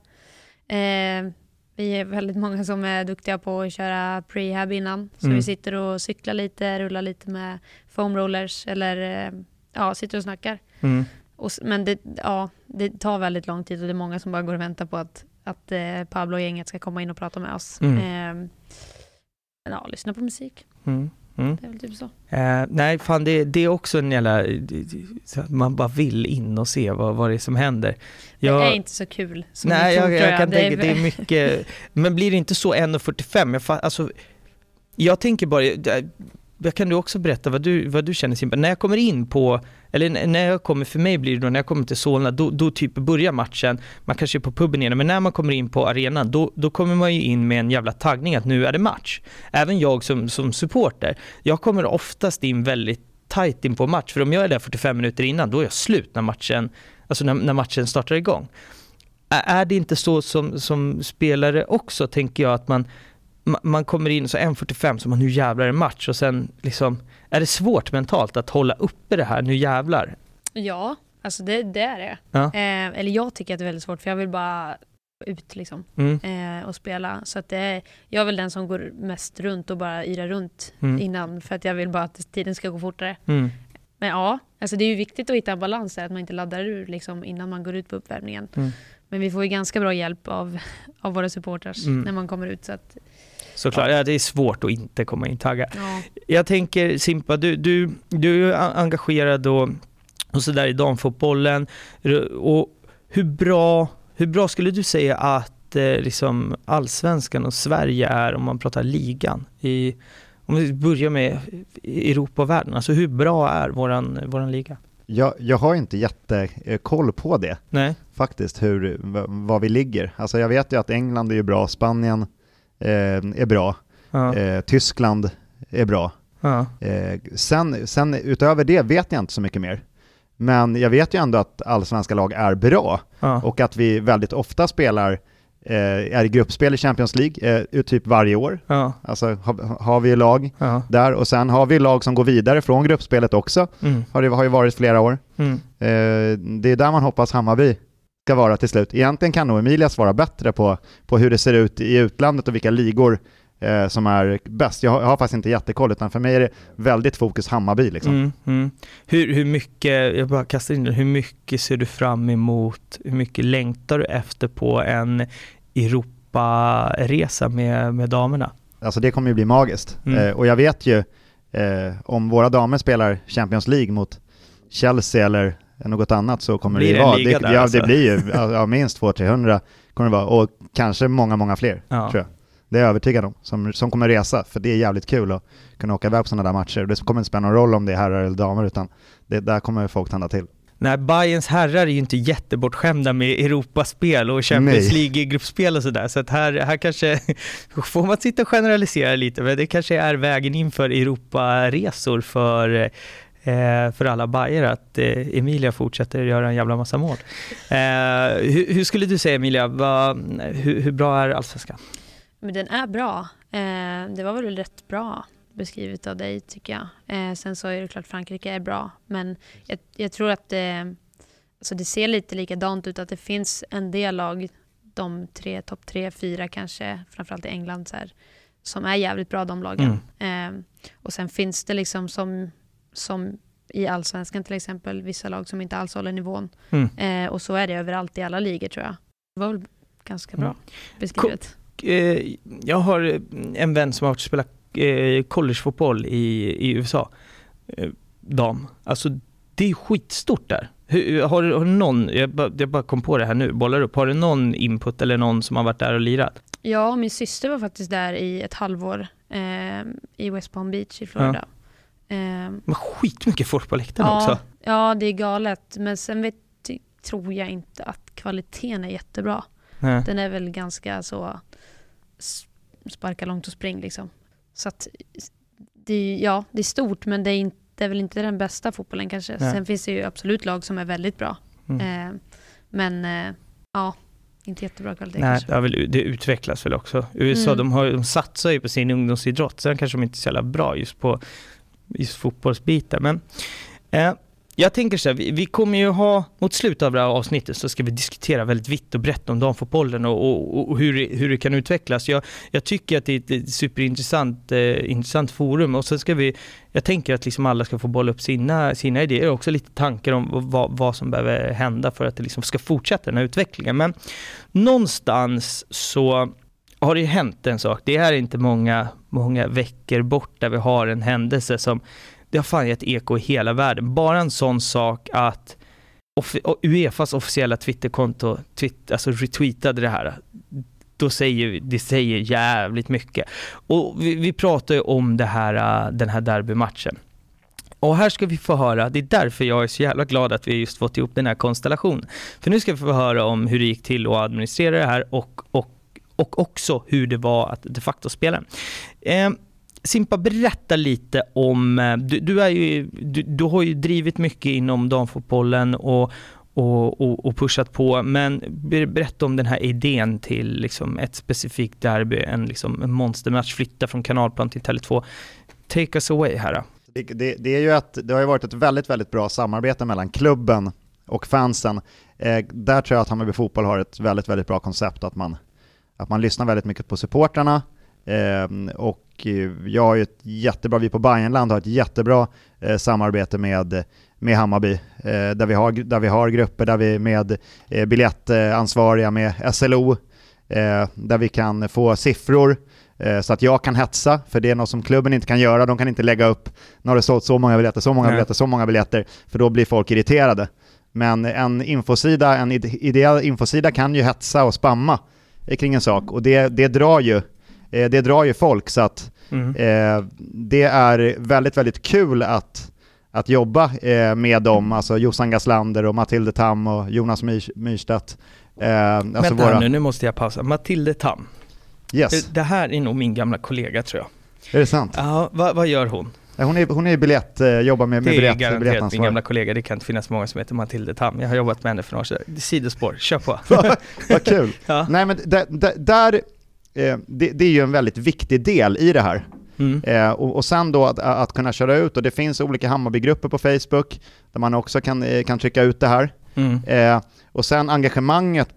Vi är väldigt många som är duktiga på att köra prehab innan. Så vi sitter och cyklar lite, rullar lite med foam rollers eller sitter och snackar. Men det tar väldigt lång tid och det är många som bara går och väntar på att Pablo och gänget ska komma in och prata med oss. Lyssna på musik. Det är väl typ så. Nej, fan, det är också en jävla... Man bara vill in och se vad det är som händer. Det är inte så kul. Nej, jag kan tänka det är mycket... Men blir det inte så 1,45? Jag tänker bara... Kan du också berätta vad du känner, Simpa? När jag kommer in på... Eller när jag kommer, för mig blir det då när jag kommer till Solna, då typ börjar matchen. Man kanske är på puben igen, men när man kommer in på arenan, då kommer man ju in med en jävla taggning att nu är det match. Även jag som supporter. Jag kommer oftast in väldigt tajt in på match, för om jag är där 45 minuter innan, då är jag slut när matchen startar igång. Är det inte så som spelare också, tänker jag, att man kommer in så 1,45 som man nu jävlar en match och sen liksom, är det svårt mentalt att hålla uppe det här nu jävlar? Ja, alltså det är det. Ja. Eller jag tycker att det är väldigt svårt, för jag vill bara ut liksom, och spela. Så att jag är väl den som går mest runt och bara yrar runt innan, för att jag vill bara att tiden ska gå fortare. Men ja, alltså det är ju viktigt att hitta en balans där, att man inte laddar ur liksom innan man går ut på uppvärmningen. Men vi får ju ganska bra hjälp av våra supporters när man kommer ut. Såklart, ja, det är svårt att inte komma in taggad. Ja. Jag tänker, Simpa, du är engagerad och så där i damfotbollen. Och hur bra skulle du säga att liksom Allsvenskan och Sverige är, om man pratar ligan? Om vi börjar med Europa och världen, alltså hur bra är våran liga? Jag har inte jättekoll på det. Nej. Faktiskt, vad vi ligger. Alltså jag vet ju att England är ju bra, Spanien är bra, Tyskland är bra. Sen utöver det vet jag inte så mycket mer. Men jag vet ju ändå att allsvenska lag är bra och att vi väldigt ofta spelar är i gruppspel i Champions League typ varje år. Alltså har vi lag där, och sen har vi lag som går vidare från gruppspelet också. Har ju varit flera år. Det är där man hoppas Hammarby ska vara till slut. Egentligen kan nog Emilia svara bättre på hur det ser ut i utlandet och vilka ligor som är bäst. Jag har faktiskt inte jättekoll, utan för mig är det väldigt fokus Hammarby liksom. Hur mycket, jag bara kastar in det, hur mycket ser du fram emot, hur mycket längtar du efter på en Europa-resa med damerna? Alltså det kommer ju bli magiskt. Och jag vet ju om våra damer spelar Champions League mot Chelsea eller något annat, så kommer det vara det blir ju minst 200-300 kommer det vara, och kanske många fler tror jag. Det är jag övertygad om, som kommer resa, för det är jävligt kul att kunna åka iväg på sådana där matcher. Det kommer inte spela någon roll om det är herrar eller damer, utan där kommer folk tända till. Nej, Bayerns herrar är ju inte jättebortskämda med Europaspel och Champions League-gruppspel och sådär. Så att här kanske får man sitta och generalisera lite, men det kanske är vägen in för Europaresor för alla Bayer, att Emilia fortsätter göra en jävla massa mål. Hur skulle du säga, Emilia, hur bra är Allsvenskan? Men den är bra. Det var väl rätt bra beskrivet av dig, tycker jag. Sen så är det klart Frankrike är bra. Men jag tror att alltså det ser lite likadant ut, att det finns en del lag, de topp 3-4 kanske, framförallt i England så här, som är jävligt bra, de lagen. Och sen finns det liksom som i Allsvenskan till exempel, vissa lag som inte alls håller nivån. Och så är det överallt i alla ligor, tror jag. Det var väl ganska bra beskrivet. Jag har en vän som har spelat collegefotboll i USA, dam. Alltså det är skitstort där. Har du någon, jag bara kom på det här nu, bollar upp, har du någon input eller någon som har varit där och lirat? Ja, min syster var faktiskt där i ett halvår i West Palm Beach i Florida. Men skitmycket folk på läktaren också. Ja, det är galet. Men sen tror jag inte att kvaliteten är jättebra. Den är väl ganska så sparka långt och spring liksom. Så att det är stort, men det är väl inte den bästa fotbollen kanske. Sen finns det ju absolut lag som är väldigt bra. Men inte jättebra kvalitet. Nej, det utvecklas väl också. USA, de satsar ju på sin ungdomsidrott. Sen kanske de inte är så jävla bra just fotbollsbitar. Men jag tänker så här, vi kommer ju ha, mot slutet av det här avsnittet så ska vi diskutera väldigt vitt och brett om damfotbollen och hur det kan utvecklas. Jag tycker att det är ett superintressant forum, och sen jag tänker att liksom alla ska få bolla upp sina idéer och också lite tankar om vad som behöver hända för att det liksom ska fortsätta den här utvecklingen. Men någonstans så har det ju hänt en sak. Det är inte många veckor bort där vi har en händelse som det har fan gett eko i hela världen. Bara en sån sak att UEFAs officiella Twitterkonto alltså retweetade det här. Det säger jävligt mycket. Och vi pratar ju om den här derbymatchen. Och här ska vi få höra, det är därför jag är så jävla glad att vi just fått ihop den här konstellationen. För nu ska vi få höra om hur det gick till att administrera det här och också hur det var att de facto spela. Simpa, berätta lite om, du har ju drivit mycket inom damfotbollen och pushat på, men berätta om den här idén till liksom ett specifikt derby, en monstermatch, flytta från Kanalplan till Tele2. Take us away här då. Det är ju det har ju varit ett väldigt, väldigt bra samarbete mellan klubben och fansen. Där tror jag att Hammarby Fotboll har ett väldigt, väldigt bra koncept, att man lyssnar väldigt mycket på supportrarna. Och jag har ju vi på Bayernland har ett jättebra samarbete med Hammarby, där vi har grupper där vi med biljettansvariga, med SLO, där vi kan få siffror så att jag kan hetsa, för det är något som klubben inte kan göra. De kan inte lägga upp när det sålt så många biljetter, för då blir folk irriterade. Men en ideell infosida kan ju hetsa och spamma kring en sak, och det drar ju folk, så att det är väldigt, väldigt kul att jobba med dem, alltså Jossan Gaslander och Matilde Tam och Jonas Myrstedt. Vänta nu måste jag pausa. Matilde Tam. Yes. Det här är nog min gamla kollega, tror jag. Är det sant? Ja, vad gör hon? Hon är jobbar med biljett. Det är garanterat min gamla kollega. Det kan inte finnas många som heter Matilde Tam. Jag har jobbat med henne för några år sedan. Sidospår, kör på. Vad kul. Ja. Nej, men det är ju en väldigt viktig del i det här. Och sen då att kunna köra ut, och det finns olika Hammarby-grupper på Facebook där man också kan trycka ut det här. Och sen engagemanget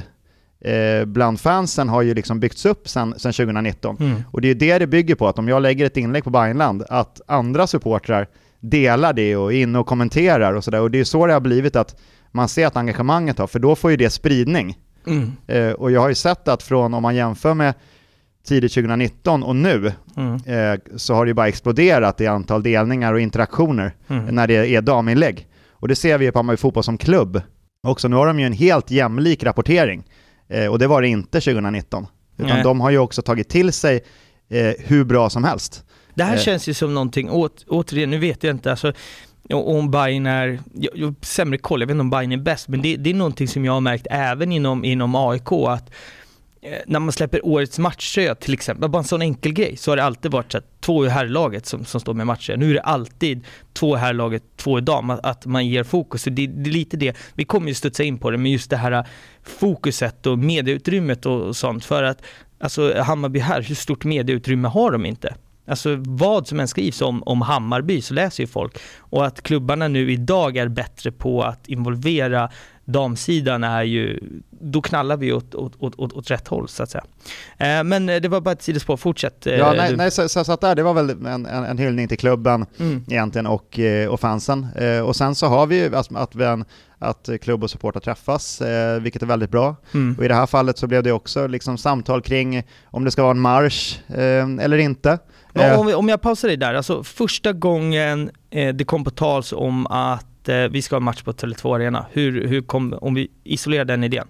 bland fansen har ju liksom byggts upp sen 2019. Och det är ju det bygger på, att om jag lägger ett inlägg på Bayernland, att andra supportrar delar det och är inne och kommenterar och sådär. Och det är så det har blivit, att man ser att engagemanget har, för då får ju det spridning. Och jag har ju sett att om man jämför med tidigt 2019 och nu, så har det ju bara exploderat i antal delningar och interaktioner när det är daminlägg. Och det ser vi ju på Hammarby Fotboll som klubb också. Nu har de ju en helt jämlik rapportering, och det var det inte 2019. Utan de har ju också tagit till sig hur bra som helst. Det här känns ju som någonting, återigen, nu vet jag inte, alltså, om Bayern är, jag sämre koll, jag vet inte om Bayern är bäst, men det är någonting som jag har märkt även inom AIK, att när man släpper årets matchtröja till exempel, bara en sån enkel grej, så har det alltid varit så att 2 i herrlaget som står med matchtröja. Nu är det alltid 2 i herrlaget, 2 i dam, att man ger fokus. Så det är lite det, vi kommer ju studsa in på det, men just det här fokuset och medieutrymmet och sånt, för att alltså Hammarby här, hur stort medieutrymme har de inte? Alltså vad som än skrivs om Hammarby så läser ju folk, och att klubbarna nu idag är bättre på att involvera damsidan är ju, då knallar vi åt rätt håll så att säga. Men det var bara ett sidospår, fortsätt. Ja, så att det var väl en hyllning till klubben egentligen och fansen. Och sen så har vi ju att klubb och supportrar träffas, vilket är väldigt bra. Och i det här fallet så blev det också liksom samtal kring om det ska vara en marsch eller inte. Om jag pausar dig där, alltså första gången det kom på tals om att vi ska ha match på Tele2 Arena, hur kom, om vi isolerar den idén?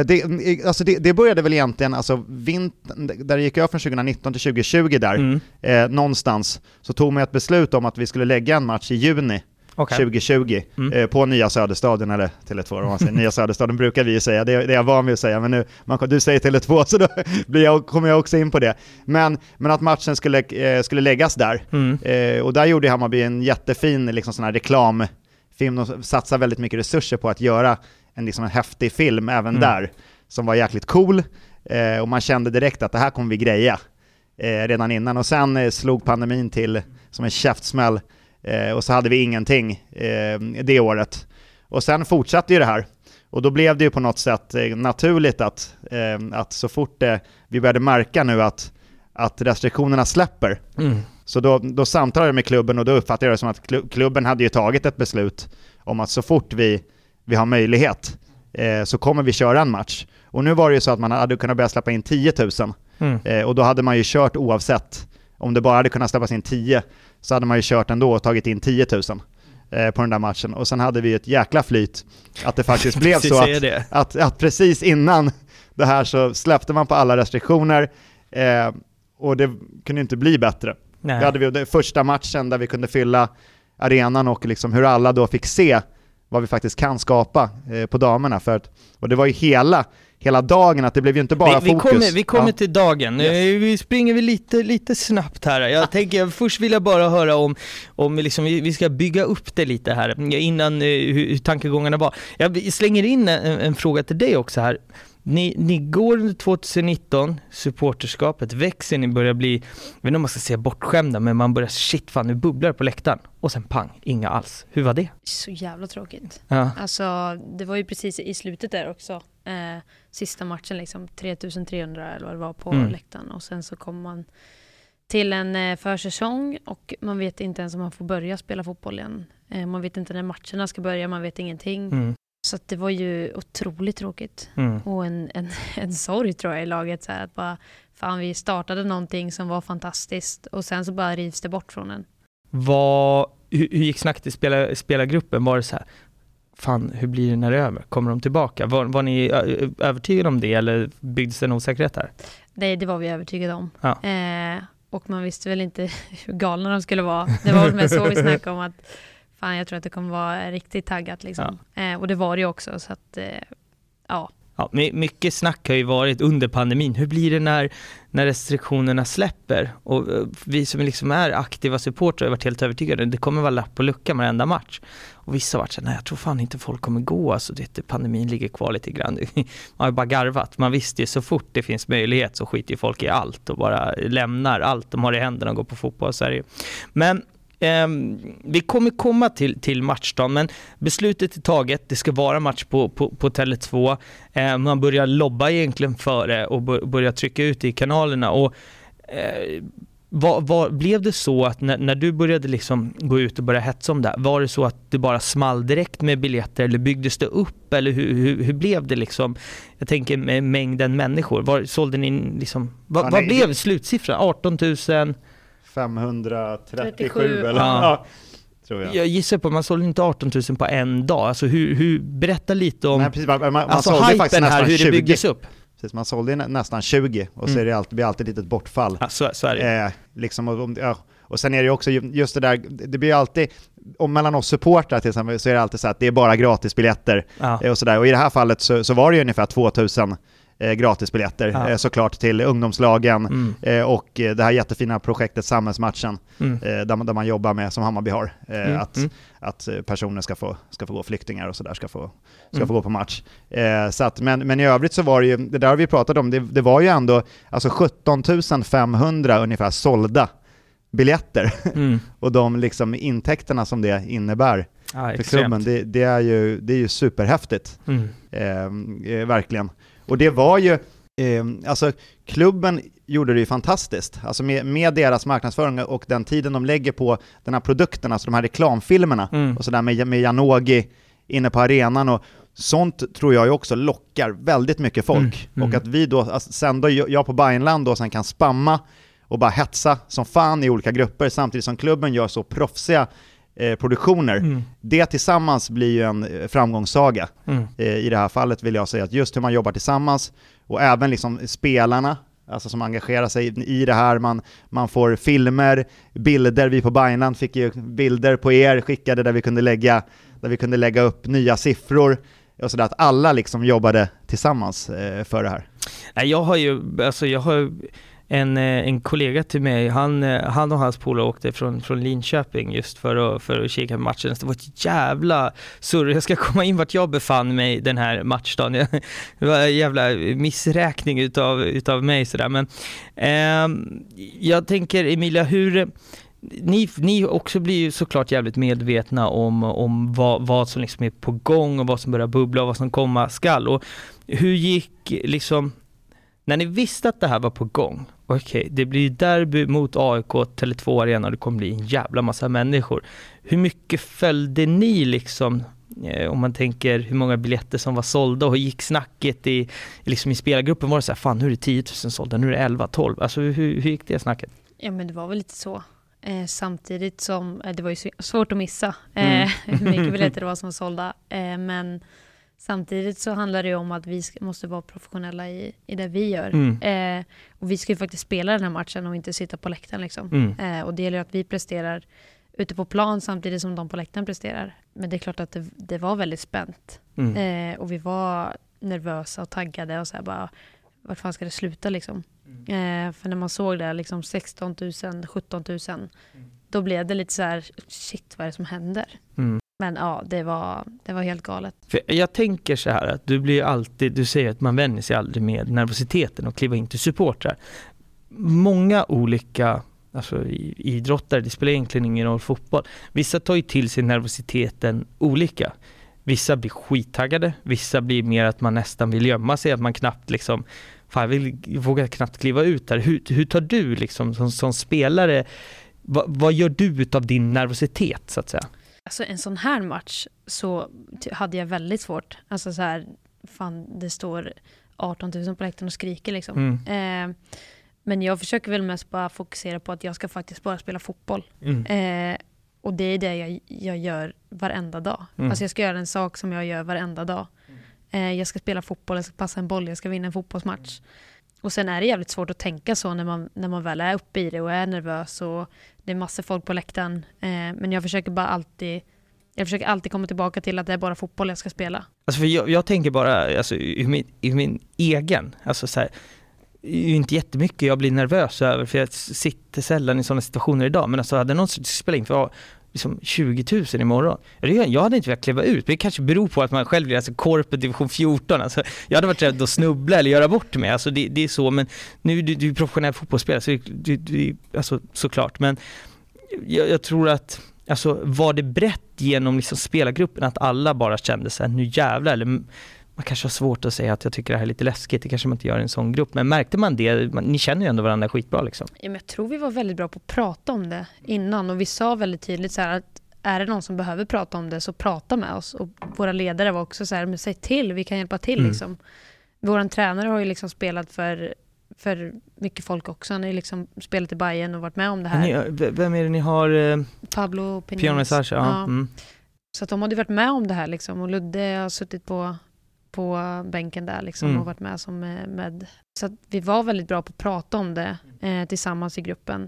Det började väl egentligen, alltså där gick jag från 2019 till 2020 där, någonstans så tog man ett beslut om att vi skulle lägga en match i juni 2020 på Nya Söderstaden, eller Tele2 om man säger. Nya Söderstaden brukar vi säga, det är jag van vid att säga, men nu du säger Tele2 så då kommer jag också in på det. Men att matchen skulle läggas där, och där gjorde Hammarby en jättefin liksom sån här reklamfilm och satsade väldigt mycket resurser på att göra en häftig film även där, som var jäkligt cool, och man kände direkt att det här kommer vi greja redan innan, och sen slog pandemin till som en käftsmäll, och så hade vi ingenting det året, och sen fortsatte ju det här, och då blev det ju på något sätt naturligt att så fort vi började märka nu att restriktionerna släpper, så då samtalade jag med klubben, och då uppfattade jag det som att klubben hade ju tagit ett beslut om att så fort vi har möjlighet så kommer vi köra en match. Och nu var det ju så att man hade kunnat börja släppa in 10 000, och då hade man ju kört oavsett. Om det bara hade kunnat släppas in 10 så hade man ju kört ändå och tagit in 10 000 på den där matchen. Och sen hade vi ett jäkla flyt att det faktiskt blev så att precis innan det här så släppte man på alla restriktioner, och det kunde inte bli bättre. Nej. Vi hade den första matchen där vi kunde fylla arenan, och liksom hur alla då fick se vad vi faktiskt kan skapa på damerna. Och det var ju hela dagen, att det blev ju inte bara fokus. Vi kommer till dagen. Yes. Vi springer lite snabbt här. Jag tänker, först vill jag bara höra om liksom, vi ska bygga upp det lite här innan hur tankegångarna var. Jag slänger in en fråga till dig också här. Ni går under 2019, supporterskapet växer, ni börjar bli, jag vet inte om man ska säga bortskämda, men man börjar shit fan, nu bubblar på läktaren. Och sen pang, inga alls. Hur var det? Så jävla tråkigt. Ja. Alltså, det var ju precis i slutet där också. Sista matchen liksom, 3300 eller vad det var på läktaren. Och sen så kommer man till en försäsong och man vet inte ens om man får börja spela fotboll igen. Man vet inte när matcherna ska börja, man vet ingenting. Så att det var ju otroligt tråkigt. Och en sorg tror jag i laget. Så här, att bara, fan, vi startade någonting som var fantastiskt och sen så bara rivs det bort från en. Hur gick snacket i spelargruppen? Var det så här, fan, hur blir det när det är över? Kommer de tillbaka? Var ni övertygade om det eller byggdes det en osäkerhet här? Nej, det var vi övertygade om. Ja. Och man visste väl inte hur galna de skulle vara. Det var väl med så vi snackade om att fan, jag tror att det kommer vara riktigt taggat liksom. Och det var det ju också, så att ja. Ja, mycket snack har ju varit under pandemin. Hur blir det när restriktionerna släpper? Och vi som liksom är aktiva supportrar har varit helt övertygade. Det kommer vara lapp på lucka med varenda match. Och vissa har varit så här, nej, jag tror fan inte folk kommer gå. Alltså, pandemin ligger kvar lite grann. Man har bara garvat. Man visste ju så fort det finns möjlighet så skiter ju folk i allt och bara lämnar allt de har i händerna och går på fotboll. Så är det ju. Men vi kommer komma till matchdagen, men beslutet är taget. Det ska vara match på Tele2. Man börjar lobba egentligen för det och börjar trycka ut i kanalerna. Och vad blev det så att när du började liksom gå ut och börja hetsa om det, var det så att det bara small direkt med biljetter eller byggdes det upp, eller hur blev det liksom? Jag tänker med mängden människor. Sålde ni liksom, vad blev slutsiffran? 18 000 537 eller? Ja. Tror jag. Jag gissar på att man sålde inte 18 000 på en dag. Alltså hur berätta lite om. Nej, precis, man alltså sålde faktiskt här, hur 20. Det byggdes upp. Precis, man sålde nästan 20 och så är det blir alltid ett litet bortfall. Ja, så är det. Liksom, och sen är det också just det där, det blir alltid, om mellan oss supportrar till exempel, så är det alltid så att det är bara gratisbiljetter och sådär. Och i det här fallet så var det ju ungefär 2000 gratisbiljetter såklart till ungdomslagen och det här jättefina projektet Samhällsmatchen där man jobbar med, som Hammarby har, att personer ska få gå, flyktingar och sådär ska få gå på match. Så att, men i övrigt så var det ju, det där vi pratade om, det var ju ändå alltså 17 500 ungefär sålda biljetter och de liksom intäkterna som det innebär för klubben, det är ju superhäftigt. Verkligen. Och det var ju, alltså klubben gjorde det ju fantastiskt. Alltså med deras marknadsföring och den tiden de lägger på den här produkten, alltså de här reklamfilmerna och sådär med Janogy inne på arenan och sånt tror jag ju också lockar väldigt mycket folk. Och att vi då, alltså, sen då jag på Bayernland då sen kan spamma och bara hetsa som fan i olika grupper samtidigt som klubben gör så proffsiga produktioner. Det tillsammans blir ju en framgångssaga. I det här fallet vill jag säga att just hur man jobbar tillsammans och även liksom spelarna, alltså som engagerar sig i det här, man får filmer, bilder. Vi på Bayernland fick ju bilder på er skickade där vi kunde lägga upp nya siffror och så där, att alla liksom jobbade tillsammans för det här. Jag har en kollega till mig, han och hans polare åkte från Linköping just för att kika på matchen. Det var ett jävla surr. Jag ska komma in vart jag befann mig den här matchdagen. Det var en jävla missräkning utav mig sådär. Men jag tänker, Emilia, hur ni också blir ju såklart jävligt medvetna om vad som liksom är på gång och vad som börjar bubbla och vad som komma skall. Och hur gick liksom när ni visste att det här var på gång? Okej, det blir derby mot AIK, Tele2 Arena och det kommer bli en jävla massa människor. Hur mycket följde ni liksom, om man tänker hur många biljetter som var sålda och hur gick snacket i spelargruppen? Var det så här, fan nu är det 10 000 sålda, nu är det 11, 12. Alltså hur gick det snacket? Ja, men det var väl lite så. Samtidigt som, det var ju svårt att missa hur mycket biljetter det var som var sålda. Men samtidigt så handlar det om att vi måste vara professionella i det vi gör. Och vi ska ju faktiskt spela den här matchen och inte sitta på läktaren. Liksom. Och det gäller att vi presterar ute på plan samtidigt som de på läktaren presterar. Men det är klart att det var väldigt spänt. Och vi var nervösa och taggade och så här bara, vart fan ska det sluta liksom? För när man såg det liksom 16 000, 17 000, då blev det lite så här, shit, vad är det som händer? Men ja, det var helt galet. För jag tänker så här att du säger att man vänjer sig aldrig med nervositeten och kliva in till supportrar. Många olika idrottare, det spelar egentligen ingen roll fotboll. Vissa tar ju till sig nervositeten olika. Vissa blir skittaggade, vissa blir mer att man nästan vill gömma sig, att man knappt liksom, fan jag vågar knappt kliva ut där. Hur tar du liksom som spelare, vad gör du av din nervositet så att säga? Alltså en sån här match så hade jag väldigt svårt. Alltså så här, fan det står 18 000 på läktaren och skriker liksom. Men jag försöker väl mest bara fokusera på att jag ska faktiskt bara spela fotboll. Och det är det jag gör varenda dag. Alltså jag ska göra en sak som jag gör varenda dag. Jag ska spela fotboll, jag ska passa en boll, jag ska vinna en fotbollsmatch. Och sen är det jävligt svårt att tänka så när man väl är uppe i det och är nervös och det är massor folk på läktaren. Men jag försöker alltid komma tillbaka till att det är bara fotboll jag ska spela. Alltså för jag tänker bara alltså, i min egen, alltså så här, det är ju inte jättemycket jag blir nervös över för jag sitter sällan i sådana situationer idag. Men alltså hade någon spelat in för liksom 20 000 imorgon. Jag hade inte velat kliva ut. Det kanske beror på att man själv är alltså korpet division 14. Alltså, jag hade varit rädd att snubbla eller göra bort mig. Alltså, det är så. Men nu du är professionell fotbollsspelare så alltså, såklart. Men jag tror att alltså, var det brett genom liksom spelargruppen att alla bara kände så här, nu jävlar, eller man kanske har svårt att säga att jag tycker det här är lite läskigt, det kanske man inte gör i en sån grupp, men märkte man det? Ni känner ju ändå varandra skitbra liksom. Ja, men jag tror vi var väldigt bra på att prata om det innan och vi sa väldigt tydligt så här att är det någon som behöver prata om det så prata med oss, och våra ledare var också så här, men säg till, vi kan hjälpa till liksom. Våran tränare har ju liksom spelat för mycket folk också. Han har liksom spelat i Bayern och varit med om det här. Vem är det ni har? Pablo Pinnes. Ja. Så att de hade varit med om det här liksom, och Ludde har suttit på bänken där liksom och varit med som med. Så att vi var väldigt bra på att prata om det tillsammans i gruppen.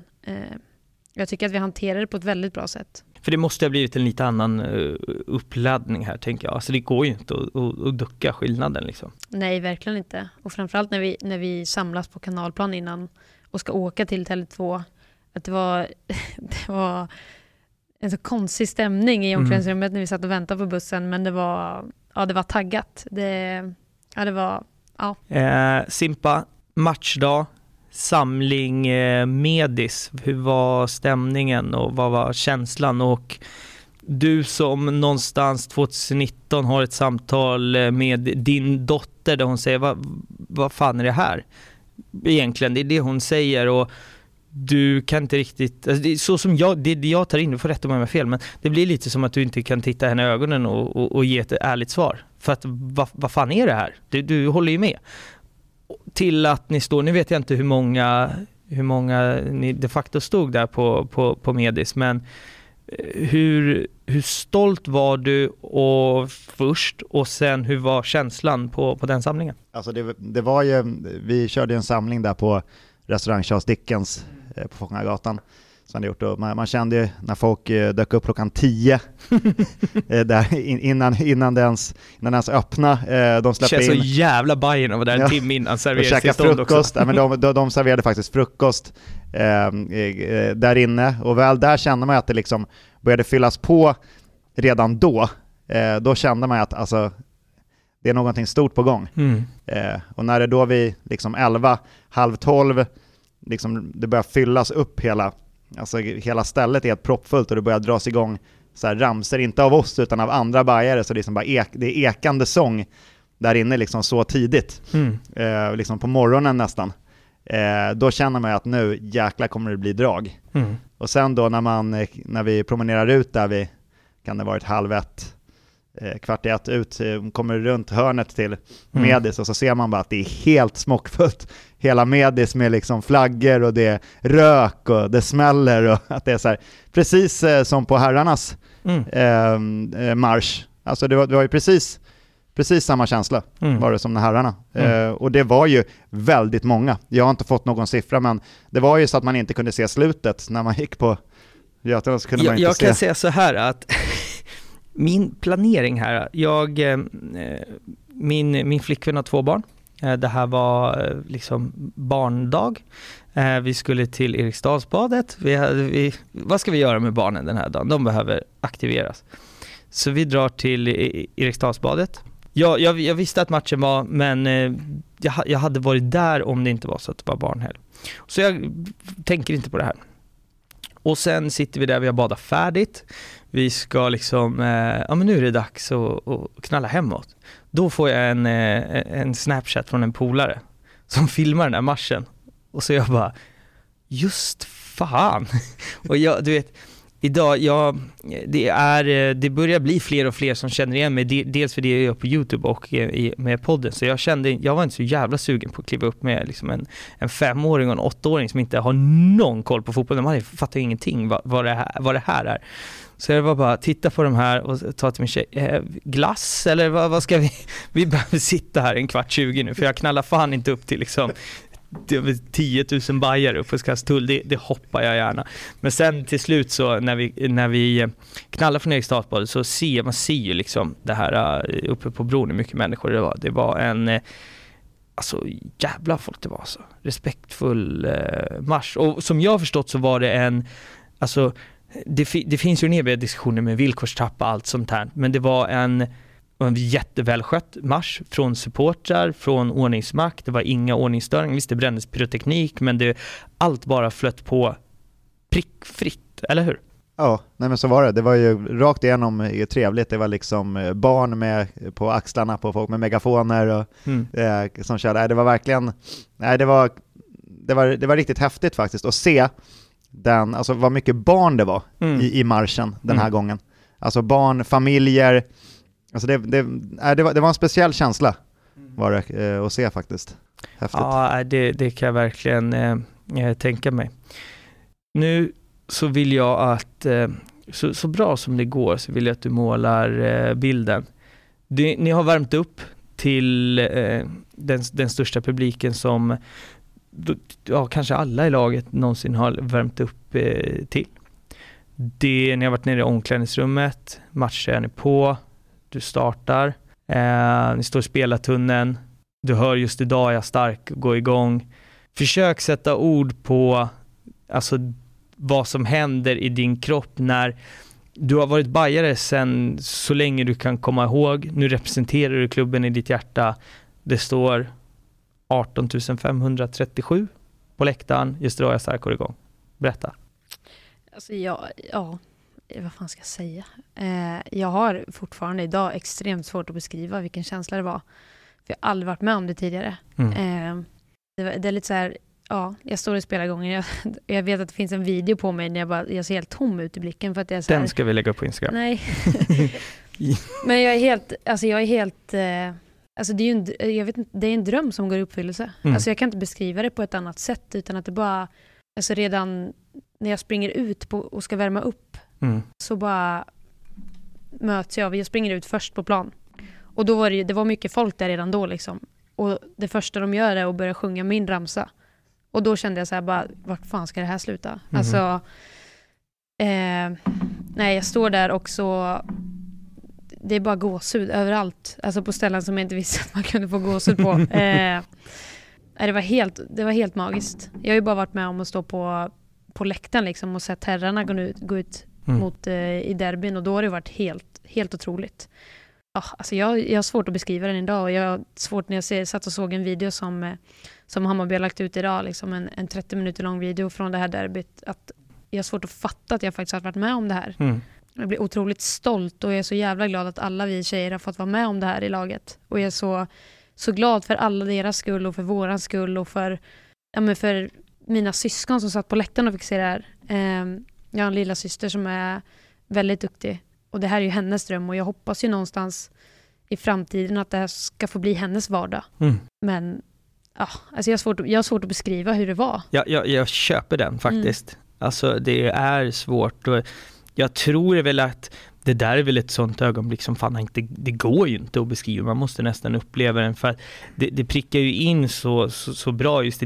Jag tycker att vi hanterade det på ett väldigt bra sätt. För det måste ha blivit en lite annan uppladdning här, tänker jag. Alltså det går ju inte att ducka skillnaden liksom. Nej, verkligen inte. Och framförallt när vi samlas på Kanalplan innan och ska åka till Tele2, att det var en så konstig stämning i omklädningsrummet när vi satt och väntade på bussen, men det var taggat. Simpa, matchdag, samling, Medis. Hur var stämningen och vad var känslan? Och du som någonstans 2019 har ett samtal med din dotter där hon säger, vad fan är det här? Egentligen, det är det hon säger, och du kan inte riktigt, alltså det är så som jag tar in, du får rätta mig om jag har fel, men det blir lite som att du inte kan titta henne i ögonen och ge ett ärligt svar. För att vad fan är det här? Du håller ju med. Till att ni står, nu vet jag inte hur många ni de facto stod där på Medis, men hur stolt var du först, och sen hur var känslan på den samlingen? Alltså det var ju, vi körde en samling där på restaurang Charles Dickens på Fångagatan som det gjort, och man kände ju när folk dök upp klockan 10 där innan det ens öppna, de släppte in. Det känns så jävla Bayern och var där en timme innan serveringstillstånd frukost också. Men de serverade faktiskt frukost där inne, och väl där kände man att det liksom började fyllas på redan då. Då kände man att alltså, det är någonting stort på gång. Och när det då vi liksom 11, halv 12 liksom, det börjar fyllas upp hela stället är helt proppfullt, och det börjar dras igång så här ramser, inte av oss utan av andra bajare, så det är liksom bara det är ekande sång där inne liksom så tidigt. Liksom på morgonen nästan. Då känner man att nu jäkla kommer det bli drag. Och sen då när vi promenerar ut där kan det varit 12:30, 12:45 ut, kommer runt hörnet till Medis, och så ser man bara att det är helt smockfullt. Hela Medis med liksom flaggor, och det är rök och det smäller, och att det är så här, precis som på herrarnas marsch. Alltså det var ju precis samma känsla var det som när herrarna. Och det var ju väldigt många. Jag har inte fått någon siffra, men det var ju så att man inte kunde se slutet när man gick på Götene, så kunde man inte jag se. Kan säga så här att min planering här, min flickvän har 2 barn. Det här var liksom barndag. Vi skulle till Eriksdalsbadet. Vad ska vi göra med barnen den här dagen? De behöver aktiveras. Så vi drar till Eriksdalsbadet. Jag visste att matchen var, men jag hade varit där om det inte var så att det var barnhelg. Så jag tänker inte på det här. Och sen sitter vi där, vi har badat färdigt. Vi ska liksom, men nu är det dags att knalla hemåt. Då får jag en Snapchat från en polare som filmar den här matchen. Och så jag bara, just fan. Och du vet, idag, det börjar bli fler och fler som känner igen mig. Dels för det jag gör på YouTube och med podden. Så jag var inte så jävla sugen på att kliva upp med liksom en 5-åring och en 8-åring som inte har någon koll på fotboll. De fattar ingenting vad det här är. Så jag var bara titta på de här och ta till min tjej, glass eller vad ska vi behöver sitta här 15:20 nu, för jag knallar fan inte upp till liksom 10 000 bajar upp på Skasstull, det hoppar jag gärna. Men sen till slut så när vi knallar från Eriksdalsbadet så man ser ju liksom det här uppe på bron hur mycket människor det var en alltså jävla folk det var så respektfull marsch. Och som jag har förstått så var det alltså det finns ju en eviga diskussioner med villkorstrappa och allt sånt här, men det var en jättevälskött marsch från supportrar, från ordningsmakt. Det var inga ordningsstörningar. Visst, det brändes pyroteknik, men allt bara flöt på prickfritt, eller hur? Ja, nej men så var det. Det var ju rakt igenom trevligt. Det var liksom barn med på axlarna på folk med megafoner och som körde. Det var verkligen, det var riktigt häftigt faktiskt att se alltså vad mycket barn det var i marschen den här gången. Alltså barn, familjer. Alltså det var en speciell känsla var det att se faktiskt. Häftigt. Ja, det kan jag verkligen tänka mig. Nu så vill jag att så bra som det går så vill jag att du målar bilden. Ni har värmt upp till den största publiken som kanske alla i laget någonsin har värmt upp till. Ni har varit nere i omklädningsrummet, matchen är på, du startar, ni står i spelartunneln, du hör just idag är jag stark, gå igång. Försök sätta ord på alltså vad som händer i din kropp när du har varit bajare sen så länge du kan komma ihåg. Nu representerar du klubben i ditt hjärta. Det står 18 537 på läktaren. Just idag är jag stark, går igång. Berätta. Alltså vad fan ska jag säga? Jag har fortfarande idag extremt svårt att beskriva vilken känsla det var. För jag har aldrig varit med om det tidigare. Det är lite så här, jag står i spelargången. Jag vet att det finns en video på mig när jag ser helt tom ut i blicken. För att jag är så här, den ska vi lägga upp på Instagram. Nej. Men jag är helt, alltså det är ju jag vet inte, det är en dröm som går i uppfyllelse. Alltså jag kan inte beskriva det på ett annat sätt utan att det bara, alltså redan när jag springer ut och ska värma upp så bara möts jag springer ut först på plan. Och då var det var mycket folk där redan då liksom. Och det första de gör är att börja sjunga min ramsa. Och då kände jag så här bara, vart fan ska det här sluta? Alltså nej, jag står där och så det är bara gåshud överallt. Alltså på ställen som jag inte visste att man kunde få gåshud på. Det var helt magiskt. Jag har ju bara varit med om att stå på läktaren liksom och sett herrarna gå ut mot i derbyn och då har det varit helt otroligt. Alltså jag har svårt att beskriva den idag och jag har svårt när jag satt och såg en video som Hammarby har lagt ut idag, liksom en 30 minuter lång video från det här derbyt, att jag har svårt att fatta att jag faktiskt har varit med om det här. Jag blir otroligt stolt och jag är så jävla glad att alla vi tjejer har fått vara med om det här i laget. Och jag är så glad för alla deras skull och för våran skull och för mina syskon som satt på läktaren och fick se det här. Jag har en lilla syster som är väldigt duktig och det här är ju hennes dröm och jag hoppas ju någonstans i framtiden att det här ska få bli hennes vardag. Men alltså jag har svårt att beskriva hur det var. Jag köper den faktiskt. Alltså det är svårt och jag tror väl att det där är väl ett sånt ögonblick som fan inte, det går ju inte att beskriva. Man måste nästan uppleva den för att det prickar ju in så bra just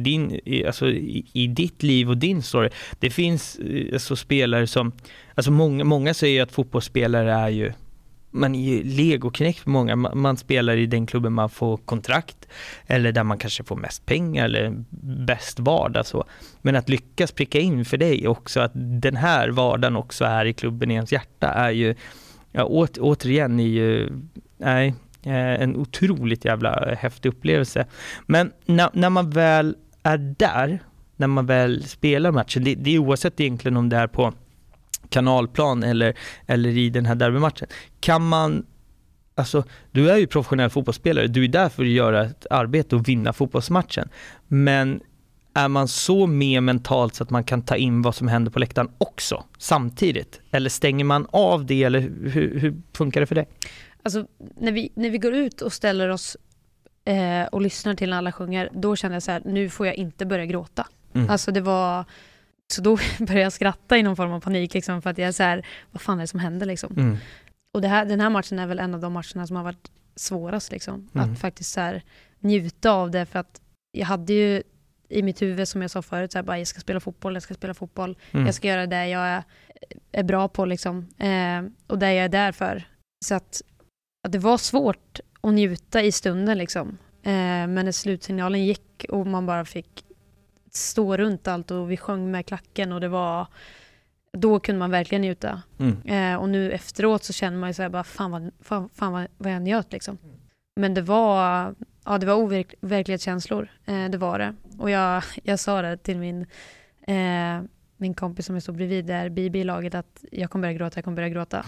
i ditt liv och din story. Det finns så spelare som, alltså många säger att fotbollsspelare är ju, man är ju legoknäckt för många. Man spelar i den klubben man får kontrakt eller där man kanske får mest pengar eller bäst vardag så. Men att lyckas pricka in för dig också att den här vardagen också är i klubben i ens hjärta är ju Ja, återigen är ju en otroligt jävla häftig upplevelse. Men när man väl är där, när man väl spelar matchen, det är oavsett egentligen om det är på kanalplan eller i den här derbymatchen, kan man, alltså du är ju professionell fotbollsspelare, du är där för att göra ett arbete och vinna fotbollsmatchen, men är man så med mentalt så att man kan ta in vad som händer på läktaren också samtidigt? Eller stänger man av det, eller hur funkar det för dig? Alltså när vi går ut och ställer oss och lyssnar till när alla sjunger, då känner jag så här, nu får jag inte börja gråta. Alltså det var, så då började jag skratta i någon form av panik liksom, för att jag är så här, vad fan är det som händer liksom? Och den här matchen är väl en av de matcherna som har varit svårast liksom, att faktiskt så här njuta av det, för att jag hade ju i mitt huvud, som jag sa förut, så här, bara, jag ska spela fotboll, jag ska göra det jag är bra på liksom, och det jag är där för. Så att det var svårt att njuta i stunden liksom, men när slutsignalen gick och man bara fick stå runt allt och vi sjöng med klacken, och det var, då kunde man verkligen njuta. Och nu efteråt så känner man ju så här, bara fan vad jag njöt liksom. Men det var overklighetskänslor, det var det. Och jag sa det till min kompis som är så bredvid där, Bibi i laget, att jag kommer börja gråta.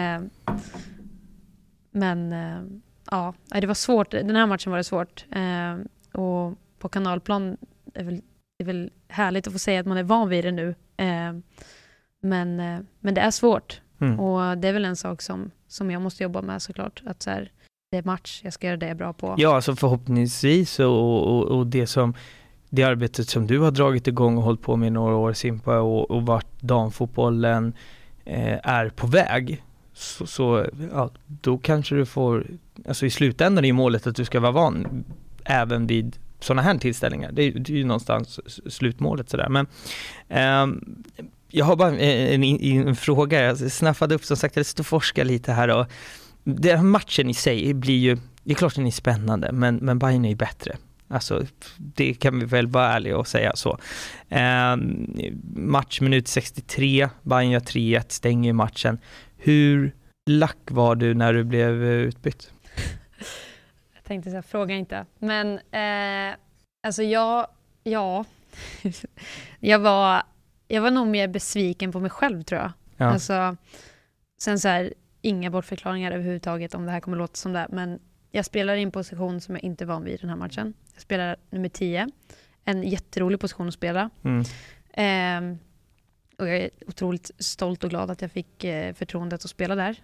Men ja, det var svårt. Den här matchen var det svårt. Och på kanalplan är väl härligt att få säga att man är van vid det nu. Men det är svårt. Och det är väl en sak som jag måste jobba med såklart. Att så här, det är match, jag ska göra det jag är bra på. Ja, alltså förhoppningsvis och det arbetet som du har dragit igång och hållit på med några år, Simpa, och vart damfotbollen är på väg. Så ja, då kanske du får, alltså i slutändan är målet att du ska vara van även vid sådana här tillställningar. Det är ju någonstans slutmålet sådär. Men jag har bara en fråga. Jag snaffade upp, som sagt, jag ska forska lite här. Och den matchen i sig blir ju, det är klart den är spännande, men Bayern är ju bättre. Alltså, det kan vi väl vara ärliga och säga så. Matchminut 63, Bayern gör 3-1, stänger matchen. Hur lack var du när du blev utbytt? Jag tänkte säga, fråga inte. Men alltså jag var nog mer besviken på mig själv, tror jag. Ja. Alltså, sen så här, inga bortförklaringar överhuvudtaget om det här kommer låta som det. Men jag spelar i en position som jag inte var van vid den här matchen. Jag spelar nummer 10. En jätterolig position att spela. Och jag är otroligt stolt och glad att jag fick förtroendet att spela där.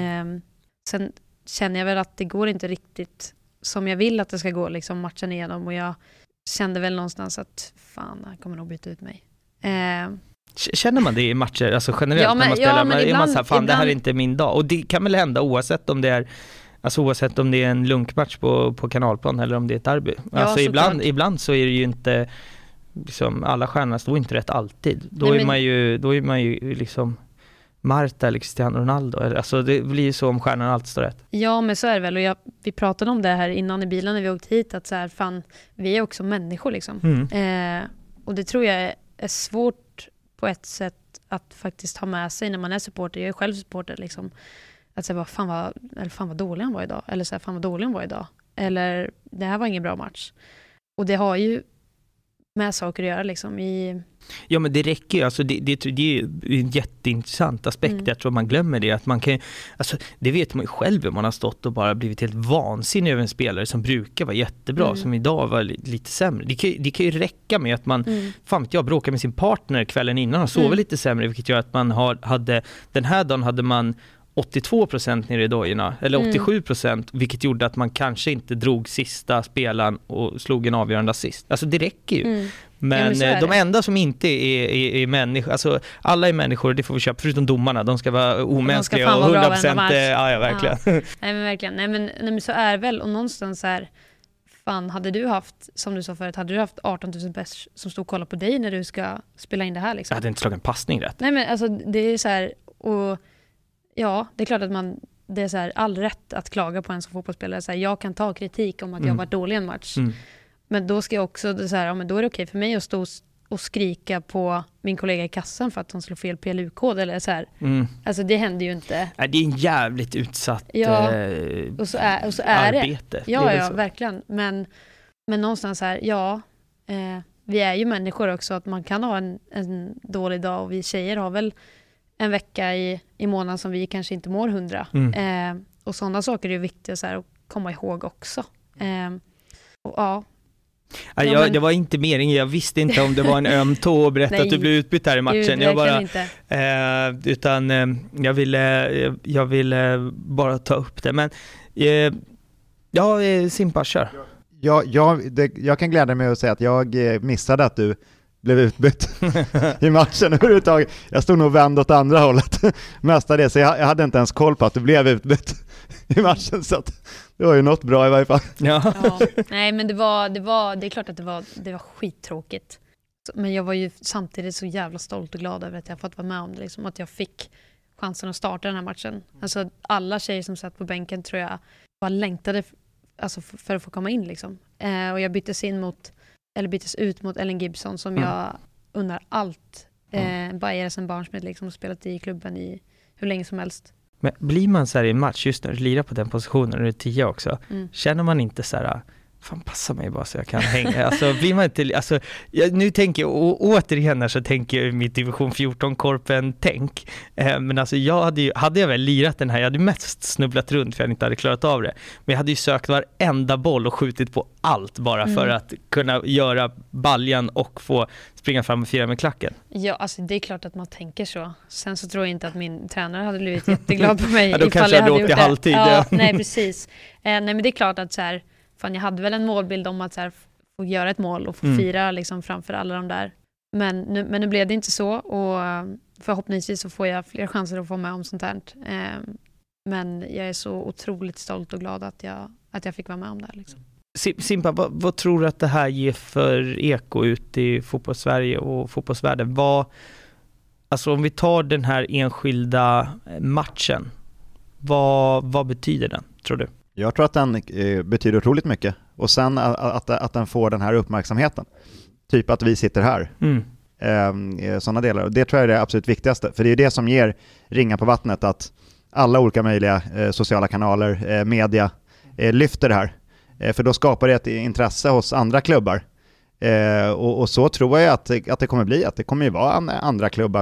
Sen känner jag väl att det går inte riktigt som jag vill att det ska gå liksom, matchen igenom. Och jag kände väl någonstans att fan, jag kommer nog byta ut mig. Känner man det i matcher, alltså generellt, ja, men, när man spelar? Men ibland, är man så här, fan, ibland, det här är inte min dag. Och det kan väl hända oavsett om det är, alltså oavsett om det är en lunkmatch på kanalplan eller om det är ett derby. Ja, alltså ibland så är det ju inte liksom, alla stjärnor står inte rätt alltid. Då är man ju liksom Marta eller Cristiano Ronaldo. Alltså det blir ju så om stjärnorna alltid står rätt. Ja, men så är det väl. Och vi pratade om det här innan i bilen när vi åkte hit, att så här, fan, vi är också människor liksom. Och det tror jag är svårt på ett sätt att faktiskt ha med sig när man är supporter. Jag är själv supporter liksom. Att säga, fan vad dålig han var idag. Eller så här, fan vad dålig han var idag. Eller det här var ingen bra match. Och det har ju med saker att göra liksom Ja, men det räcker ju, alltså det är en jätteintressant aspekt. Jag tror man glömmer det, att man kan, alltså det vet man ju själv om man har stått och bara blivit helt vansinnig över en spelare som brukar vara jättebra, som idag var lite sämre. Det kan ju räcka med att man bråkar med sin partner kvällen innan och sover lite sämre, vilket gör att man hade den här dagen hade man 82% nere i dojorna, eller 87%, vilket gjorde att man kanske inte drog sista spelaren och slog en avgörande assist. Alltså det räcker ju. Men de enda som inte är människor, alltså alla är människor, det får vi köpa, förutom domarna, de ska vara omänskliga och 100%, ja verkligen. Ja. Nej men verkligen, nej men så är det väl, och någonstans så här, fan, hade du haft, som du sa förut, hade du haft 18 000 pers som stod och kollade på dig när du ska spela in det här liksom? Jag hade inte slagit en passning rätt. Nej men alltså det är så här, och ja, det är klart att det är så här, all rätt att klaga på en som fotbollsspelare. Så här, jag kan ta kritik om att jag var dålig i en match. Men då ska jag också, så här, ja, men då är det okej för mig att stå och skrika på min kollega i kassan för att han slår fel PLU-kod eller så här. Alltså det händer ju inte. Nej, det är en jävligt utsatt och så är arbete. Det. Ja, verkligen. Men någonstans här, vi är ju människor också, att man kan ha en dålig dag, och vi tjejer har väl en vecka i månaden som vi kanske inte mår 100. Och sådana saker är ju viktiga så här, att komma ihåg också. Det var inte meningen. Jag visste inte om det var en öm tå och berätta att du blev utbytt här i matchen. Jag ville bara ta upp det. Men Simpa, kör. Jag kan glädja mig att säga att jag missade att du blev utbytt i matchen överhuvudtaget. Jag stod nog och vände åt andra hållet mestadels, så jag hade inte ens koll på att du blev utbytt i matchen, så att det var ju något bra i varje fall. Ja. Nej, men det är klart att det var skittråkigt. Men jag var ju samtidigt så jävla stolt och glad över att jag fått vara med om det, liksom, att jag fick chansen att starta den här matchen. Alltså alla tjejer som satt på bänken tror jag bara längtade för att få komma in liksom. Och jag byttes ut mot Ellen Gibson som jag undrar allt. Bara är sen barnsmed liksom, och spelat i klubben i hur länge som helst. Men blir man så här i en match just när du lirar på den positionen och du är 10 också, känner man inte så här, fan passa mig bara så jag kan hänga, alltså blir man inte, nu tänker jag, återigen här så tänker jag mitt division 14-korpen tänk, men alltså hade jag väl lirat den här, jag hade mest snubblat runt för jag inte hade klarat av det, men jag hade ju sökt varenda boll och skjutit på allt bara för att kunna göra baljan och få springa fram och fira med klacken. Ja, alltså det är klart att man tänker så. Sen så tror jag inte att min tränare hade blivit jätteglad på mig då ifall kanske jag hade åkt gjort i det. halvtid. Ja, nej precis. Nej, men det är klart att så här, fan, jag hade väl en målbild om att så här, få göra ett mål och få fira liksom, framför alla de där. Men nu blev det inte så, och förhoppningsvis så får jag fler chanser att få med om sånt här. Men jag är så otroligt stolt och glad att jag fick vara med om det här. Liksom. Simpa, vad tror du att det här ger för eko ut i fotbollssverige och fotbollsvärlden? Alltså om vi tar den här enskilda matchen, vad betyder den, tror du? Jag tror att den betyder otroligt mycket. Och sen att den får den här uppmärksamheten. Typ att vi sitter här. Sådana delar. Och det tror jag är det absolut viktigaste. För det är det som ger ringar på vattnet, att alla olika möjliga sociala kanaler, media, lyfter det här. För då skapar det ett intresse hos andra klubbar. Och så tror jag att det kommer bli. Att det kommer ju vara andra klubbar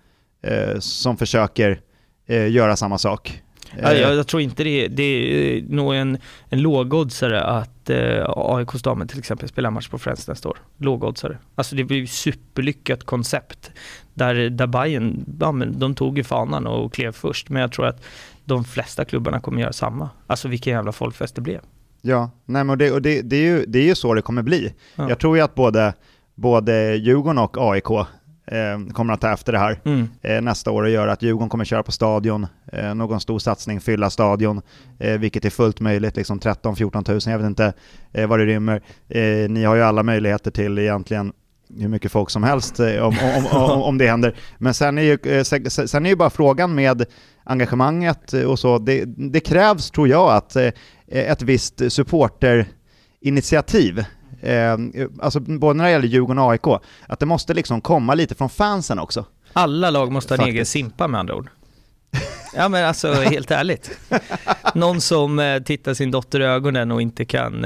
som försöker göra samma sak. Jag tror inte det är nog en lågoddsare att AIKs damer till exempel spelar match på Friends nästa år. Lågoddsare. Alltså det blir ju superlyckat koncept där Bayern, de tog ju fanan och klev först, men jag tror att de flesta klubbarna kommer göra samma. Alltså vilken jävla folkfest det blev. Ja, nej, men det är ju så det kommer bli. Ja. Jag tror ju att både Djurgården och AIK kommer att ta efter det här nästa år och göra att Djurgården kommer köra på stadion, någon stor satsning, fylla stadion, vilket är fullt möjligt, liksom 13-14 000, jag vet inte vad det rymmer. Ni har ju alla möjligheter till egentligen hur mycket folk som helst om det händer. Men sen är ju bara frågan med engagemanget och så. Det krävs, tror jag, att ett visst supporterinitiativ, alltså både när det gäller Djurgården och AIK, att det måste liksom komma lite från fansen också. Alla lag måste ha en egen Simpa med andra ord. Ja, men alltså helt ärligt. Någon som tittar sin dotter i ögonen och inte kan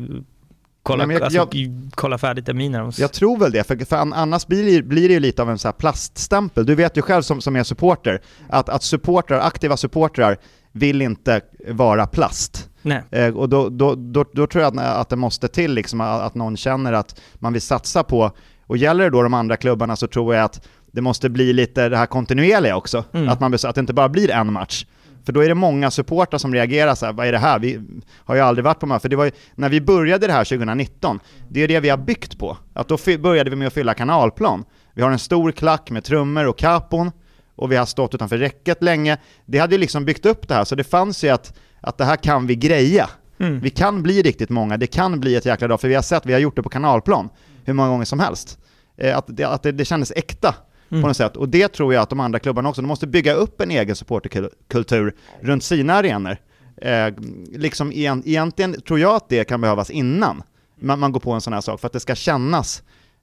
kolla färdigt terminer. Jag tror väl det, för annars blir det ju lite av en så här plaststämpel. Du vet ju själv som är supporter att supportrar, aktiva supportrar vill inte vara plast. Nej. Och då tror jag att det måste till liksom, att någon känner att man vill satsa på, och gäller det då de andra klubbarna, så tror jag att det måste bli lite det här kontinuerliga också. Att det inte bara blir en match. För då är det många supportrar som reagerar så här, vad är det här? Vi har ju aldrig varit på match. För det var ju, när vi började det här 2019, det är det vi har byggt på. Att då började vi med att fylla kanalplan. Vi har en stor klack med trummor och kapon, och vi har stått utanför räcket länge. Det hade ju liksom byggt upp det här, så det fanns ju att det här kan vi greja. Vi kan bli riktigt många, det kan bli ett jäkla dag, för vi har gjort det på kanalplan hur många gånger som helst. Att det kändes äkta på något sätt. Och det tror jag att de andra klubbarna också, de måste bygga upp en egen supporterkultur runt sina arenor. Liksom egentligen tror jag att det kan behövas innan man går på en sån här sak, för att det ska kännas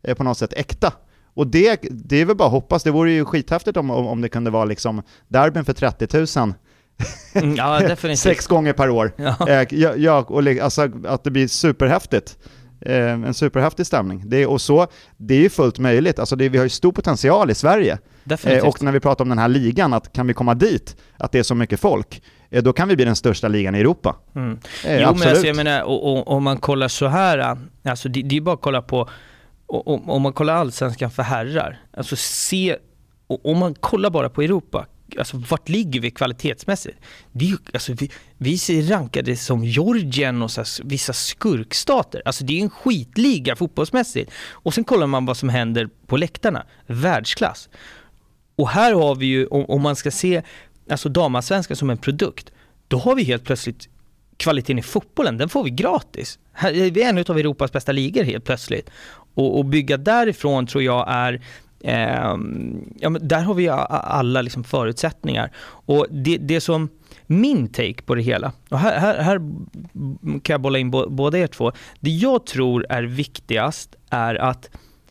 på något sätt äkta. Och det är väl bara hoppas, det vore ju skithäftigt om det kunde vara liksom derbyn för 30 000 Ja, definitivt. 6 gånger per år. Ja. Alltså, att det blir superhäftigt. En superhäftig stämning. Det är ju fullt möjligt. Alltså vi har ju stor potential i Sverige. Och när vi pratar om den här ligan, att kan vi komma dit, att det är så mycket folk, då kan vi bli den största ligan i Europa. Jo, men alltså, jag menar, om man kollar så här, alltså det är bara att kolla på, om man kollar allsvenskan för herrar, alltså om man kollar bara på Europa, alltså vart ligger vi kvalitetsmässigt? Det är ju, alltså vi ser rankade som Georgien och så här, vissa skurkstater. Alltså det är en skitliga fotbollsmässigt. Och sen kollar man vad som händer på läktarna. Världsklass. Och här har vi ju, om man ska se alltså damallsvenskan som en produkt, då har vi helt plötsligt kvaliteten i fotbollen. Den får vi gratis. Vi är en av Europas bästa ligor helt plötsligt. Och bygga därifrån tror jag är ja, men där har vi alla liksom förutsättningar. Och det som min take på det hela, och här kan jag bolla in båda er två. Det jag tror är viktigast är att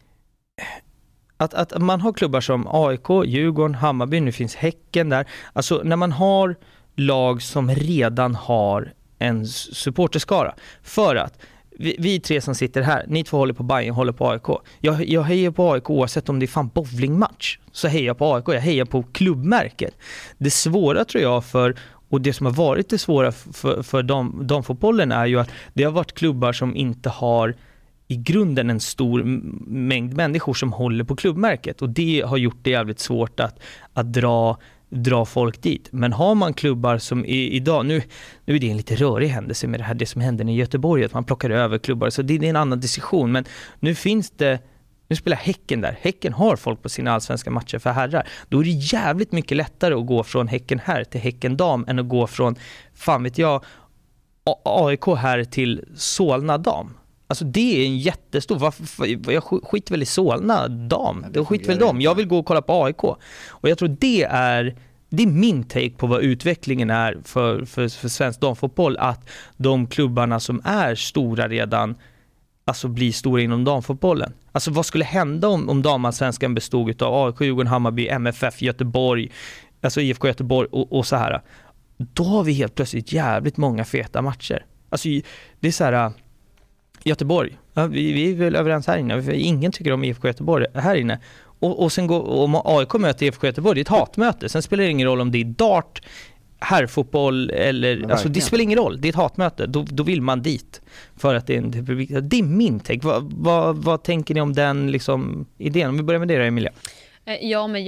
man har klubbar som AIK, Djurgården, Hammarby, nu finns Häcken där. Alltså när man har lag som redan har en supporterskara. För att vi tre som sitter här, ni två håller på Bayern, håller på AIK. Jag hejar på AIK oavsett om det är fan bowlingmatch. Så hejar jag på AIK, jag hejar på klubbmärket. Det svåra tror jag och det som har varit det svåra för damfotbollen är ju att det har varit klubbar som inte har i grunden en stor mängd människor som håller på klubbmärket. Och det har gjort det jävligt svårt att dra folk dit. Men har man klubbar som idag, nu är det en lite rörig händelse med det som hände i Göteborg, att man plockar över klubbar, så det är en annan diskussion. Men nu spelar Häcken där. Häcken har folk på sina allsvenska matcher för herrar. Då är det jävligt mycket lättare att gå från Häcken här till Häcken dam än att gå från, fan vet jag, AIK här till Solna dam. Alltså det är en jättestor, jag skiter väl i Solna dam, det skiter väl dem. Jag vill gå och kolla på AIK. Och jag tror det är min take på vad utvecklingen är för svensk damfotboll, att de klubbarna som är stora redan alltså blir stora inom damfotbollen. Alltså vad skulle hända om damallsvenskan bestod av AIK, Djurgården, Hammarby, MFF, Göteborg, alltså IFK Göteborg och så här. Då har vi helt plötsligt jävligt många feta matcher. Alltså det är så här, Göteborg, ja, vi är väl överens här inne. Ingen tycker om IFK Göteborg här inne. Och sen om AIK möter IFK Göteborg, det är ett hatmöte. Sen spelar det ingen roll om det är dart, herrfotboll eller... Alltså det spelar ingen roll, det är ett hatmöte. Då vill man dit. För att det är min take. Vad tänker ni om den liksom, idén? Om vi börjar med det då, Emilia. Ja, men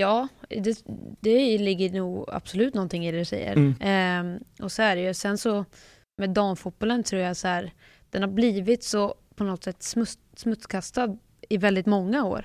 det ligger nog absolut någonting i det du säger. Och så är det ju. Sen så med damfotbollen tror jag så här, den har blivit så på något sätt smutskastad i väldigt många år.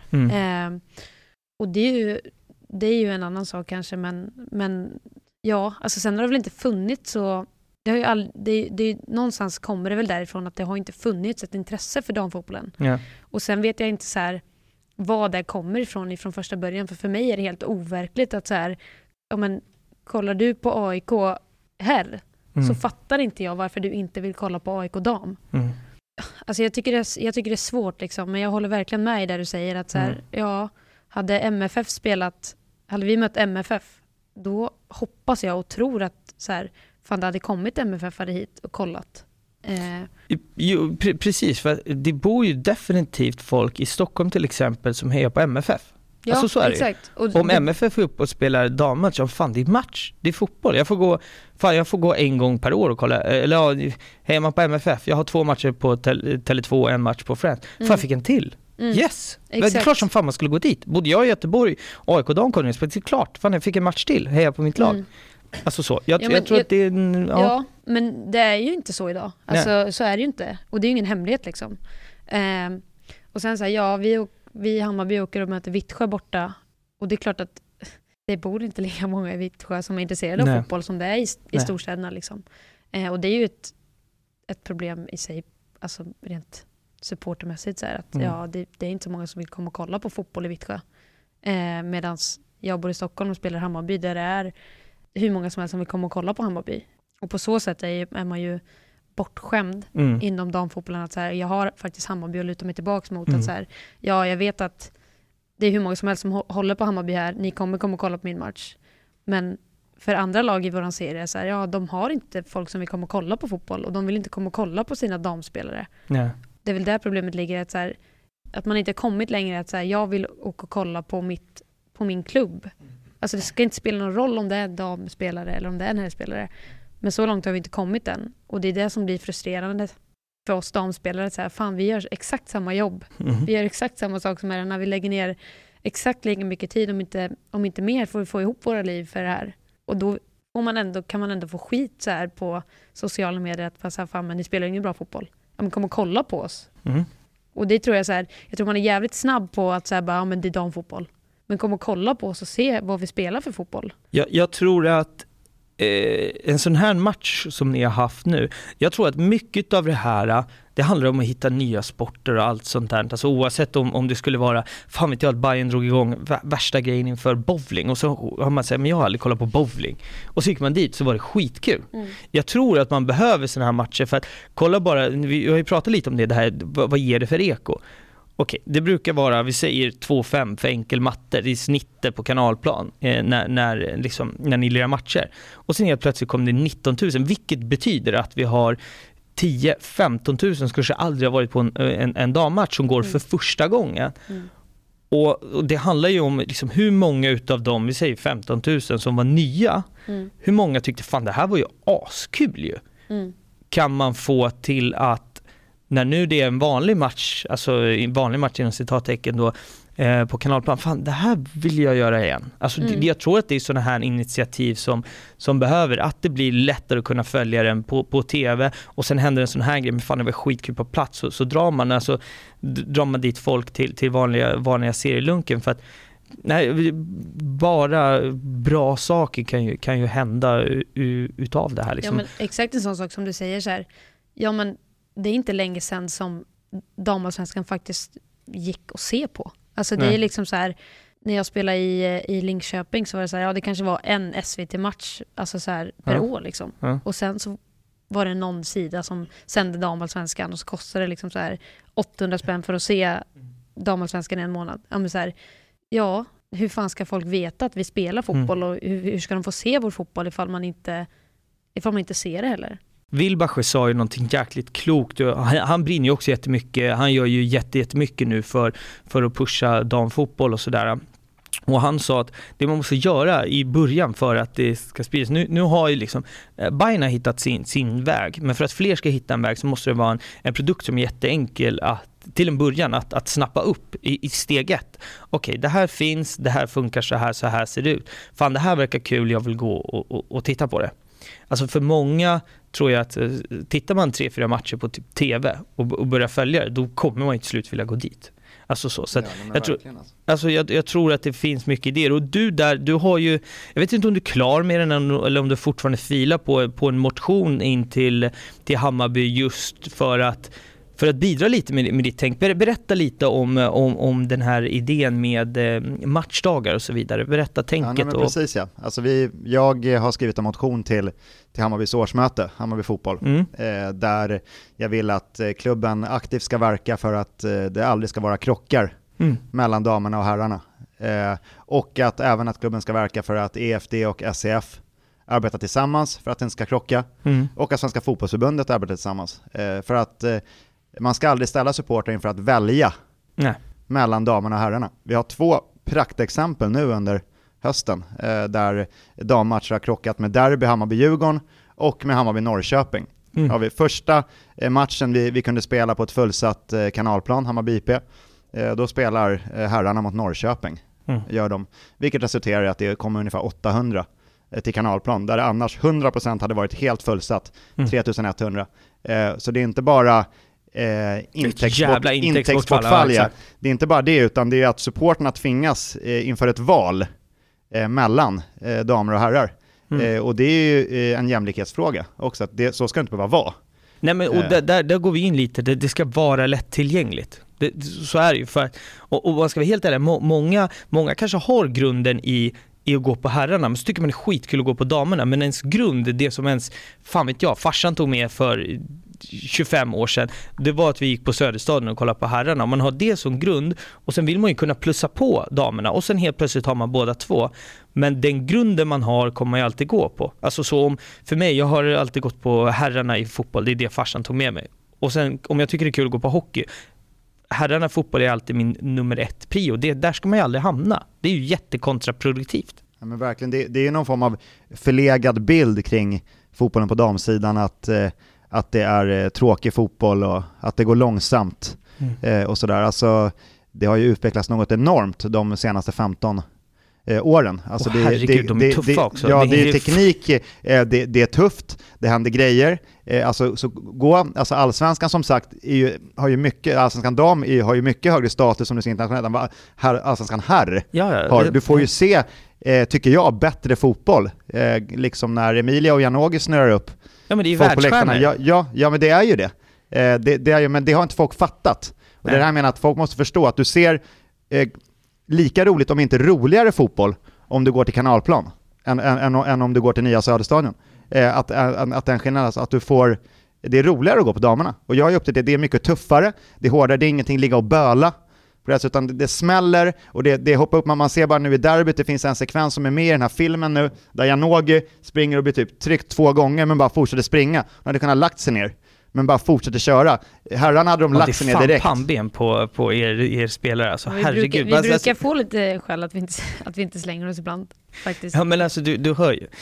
Och det är ju en annan sak kanske, men ja, alltså sen har det väl inte funnits så det har ju någonstans kommer det väl därifrån att det har inte funnits ett intresse för damfotbollen. Ja. Och sen vet jag inte så här vad det kommer ifrån första början, för mig är det helt overkligt att så här, ja men kollar du på AIK här så fattar inte jag varför du inte vill kolla på AIK dam. Alltså jag tycker det är svårt liksom, men jag håller verkligen med i där du säger att så här, ja, hade vi mött MFF, då hoppas jag och tror att så här, fan det hade kommit MFF hade hit och kollat. Jo, precis, för det bor ju definitivt folk i Stockholm till exempel som hejar på MFF. Ja, alltså så är exakt. Det. Om MFF är uppe och spelar dammatch, så fan det är match, det är fotboll. Jag får gå en gång per år och kolla. Eller ja, hejar man på MFF, jag har 2 matcher på Tele2 och en match på Friends. Fan, jag fick en till. Yes! Exakt. Det är klart som fan man skulle gå dit. Både jag i Göteborg, AIK damkonning, det är klart. Fan, jag fick en match till, hejar på mitt lag. Alltså så. Jag tror att det är... Ja, men det är ju inte så idag. Alltså så är det ju inte. Och det är ju ingen hemlighet liksom. Och sen så här, ja, vi i Hammarby åker och möter Vittsjö borta. Och det är klart att det bor inte lika många i Vittsjö som är intresserade av fotboll som det är i storstäderna liksom. Och det är ju ett problem i sig, alltså rent supportermässigt så här, att ja, det är inte så många som vill komma och kolla på fotboll i Vittsjö. Medan jag bor i Stockholm och spelar Hammarby där det är hur många som helst som vill komma och kolla på Hammarby. Och på så sätt är man ju bortskämd inom damfotbollen. Att så här, jag har faktiskt Hammarby att luta mig tillbaka mot. Att så här, ja, jag vet att det är hur många som helst som håller på Hammarby här. Ni kommer komma och kolla på min match. Men för andra lag i våran serie så här, ja, de har inte folk som vill komma och kolla på fotboll. Och de vill inte komma och kolla på sina damspelare. Nej. Det är väl där problemet ligger. Att, så här, att man inte kommit längre. Att så här, jag vill åka och kolla på min klubb. Alltså det ska inte spela någon roll om det är damspelare eller om det är en herrspelare. Men så långt har vi inte kommit än. Och det är det som blir frustrerande för oss damspelare. Att säga, fan, vi gör exakt samma jobb. Vi gör exakt samma sak som herrarna. Vi lägger ner exakt lika mycket tid, om inte mer, får vi få ihop våra liv för det här. Och då kan man ändå få skit så här på sociala medier. Att så här, fan, men ni spelar ingen bra fotboll. Ja, men kom och kolla på oss. Och det tror jag så här, jag tror man är jävligt snabb på att säga, ja, men det är damfotboll. Men kom och kolla på oss och se vad vi spelar för fotboll. Jag tror att en sån här match som ni har haft nu, jag tror att mycket av det här, det handlar om att hitta nya sporter och allt sånt där. Alltså oavsett om det skulle vara, fan vet jag att Bayern drog igång värsta grejen inför bowling och så har man sagt, men jag har aldrig kollat på bowling. Och så gick man dit så var det skitkul. Jag tror att man behöver såna här matcher för att kolla bara, vi har ju pratat lite om det här, vad ger det för eko? Okej, det brukar vara, vi säger 2,5 för enkel matte i snittet på kanalplan när ni lirar matcher. Och sen helt plötsligt kom det 19 000, vilket betyder att vi har 10-15 000 som kanske aldrig har varit på en dammatch som går för första gången. Och det handlar ju om liksom, hur många utav dem, vi säger 15 000 som var nya, hur många tyckte, fan det här var ju askul ju. Kan man få till att när nu det är en vanlig match, alltså en vanlig match inom citattecken då, på kanalplan, fan det här vill jag göra igen. Alltså jag tror att det är sådana här initiativ som behöver, att det blir lättare att kunna följa den på tv, och sen händer en sån här grej, men fan det var skitkul på plats, så drar man dit folk till vanliga serielunken, för att nej, bara bra saker kan ju hända utav det här liksom. Ja, men exakt en sån sak som du säger så här, ja men det är inte länge sedan som damallsvenskan faktiskt gick att se på. Alltså det är liksom så här, när jag spelade i Linköping så var det så här, ja det kanske var en SVT-match alltså så här, per år liksom. Och sen så var det någon sida som sände damallsvenskan och så kostade det liksom så här 800 spänn för att se damallsvenskan i en månad. Ja men så här, ja, hur fan ska folk veta att vi spelar fotboll och hur ska de få se vår fotboll ifall man inte ser det heller? Wilbacher sa ju någonting jäkligt klokt. Han brinner ju också jättemycket. Han gör ju jättemycket nu för att pusha damfotboll och sådär. Och han sa att det man måste göra i början för att det ska spridas. Nu har ju liksom Bayern hittat sin väg. Men för att fler ska hitta en väg så måste det vara en produkt som är jätteenkel till en början att snappa upp i steg 1. Okej, det här finns, det här funkar så här ser det ut. Fan, det här verkar kul, jag vill gå och titta på det. Alltså för många tror jag att tittar man 3-4 matcher på typ tv och börjar följa det, då kommer man ju till slut vilja gå dit. Alltså så att jag tror att det finns mycket idéer. Och du har ju, jag vet inte om du är klar med den eller om du fortfarande filar på en motion in till Hammarby just för att bidra lite med ditt tänk. Berätta lite om den här idén med matchdagar och så vidare. Berätta tänket. Ja, men precis ja. Alltså jag har skrivit en motion till Hammarbys årsmöte, Hammarby fotboll, där jag vill att klubben aktivt ska verka för att det aldrig ska vara krockar mellan damerna och herrarna. Och även att klubben ska verka för att EFD och SCF arbetar tillsammans för att den ska krocka. Och att Svenska fotbollsförbundet arbetar tillsammans. För att man ska aldrig ställa supporter inför att välja mellan damerna och herrarna. Vi har 2 praktexempel nu under hösten där dammatcher har krockat med Derby Hammarby-Djurgården och med Hammarby-Norrköping. Har vi första matchen vi kunde spela på ett fullsatt kanalplan, Hammarby IP. Då spelar herrarna mot Norrköping. Gör de. Vilket resulterar i att det kommer ungefär 800 till kanalplan, där det annars 100% hade varit helt fullsatt, 3100. Så det är inte bara intäktsbortfall. Ja. Det är inte bara det, utan det är att supporterna tvingas inför ett val mellan damer och herrar. Och det är ju en jämlikhetsfråga också, att så ska det inte behöva vara. Nej, men och där går vi in lite, det ska vara lättillgängligt. Så är det ju. Och vad ska vi helt ärlig, många kanske har grunden i att gå på herrarna, men så tycker man det är skitkul att gå på damerna, men ens grund, det som ens, fan vet jag, farsan tog med för 25 år sedan, det var att vi gick på Söderstaden och kollade på herrarna. Om man har det som grund och sen vill man ju kunna plussa på damerna och sen helt plötsligt har man båda två. Men den grunden man har kommer man ju alltid gå på. Alltså så om, för mig, jag har alltid gått på herrarna i fotboll, det är det farsan tog med mig. Och sen om jag tycker det är kul att gå på hockey, herrarna fotboll är alltid min nummer 1 prio. Där ska man ju aldrig hamna. Det är ju jättekontraproduktivt. Ja, men verkligen, det är ju någon form av förlegad bild kring fotbollen på damsidan att det är tråkig fotboll och att det går långsamt och sådär. Alltså, det har ju utvecklats något enormt de senaste 15 åren. Alltså herregud, de är tuffa också. Ja, det är teknik, det är tufft, det händer grejer. Alltså allsvenskan som sagt har ju mycket, allsvenskan dam har ju mycket högre status som det ser internationellt än vad allsvenskan herr har. Du får ju se, tycker jag, bättre fotboll. Liksom när Emilia och Janogy snurrar upp. Ja, men det är ju världsstjärnor. Ja, men det är ju det. Det är ju, men det har inte folk fattat. Och det här menar att folk måste förstå att du ser lika roligt, om inte roligare fotboll om du går till Kanalplan än om du går till nya Söderstadion. Att den skillnaden, att du får, det är roligare att gå på damerna. Och jag har ju upptäckt det är mycket tuffare, det är hårdare, det är ingenting ligga och böla. Utan det smäller och det hoppar upp. Man ser bara nu i derbyt, det finns en sekvens som är med i den här filmen nu där Janogy springer och blir typ tryckt 2 gånger men bara fortsätter springa. Han hade kunnat lagt sig ner men bara fortsätter köra. Herrarna hade de lagt sig ner direkt. Det är fan pannben på er spelare. Alltså, herregud. Vi brukar få lite skäll att vi inte slänger oss ibland. Faktiskt. Ja, men alltså du hör ju.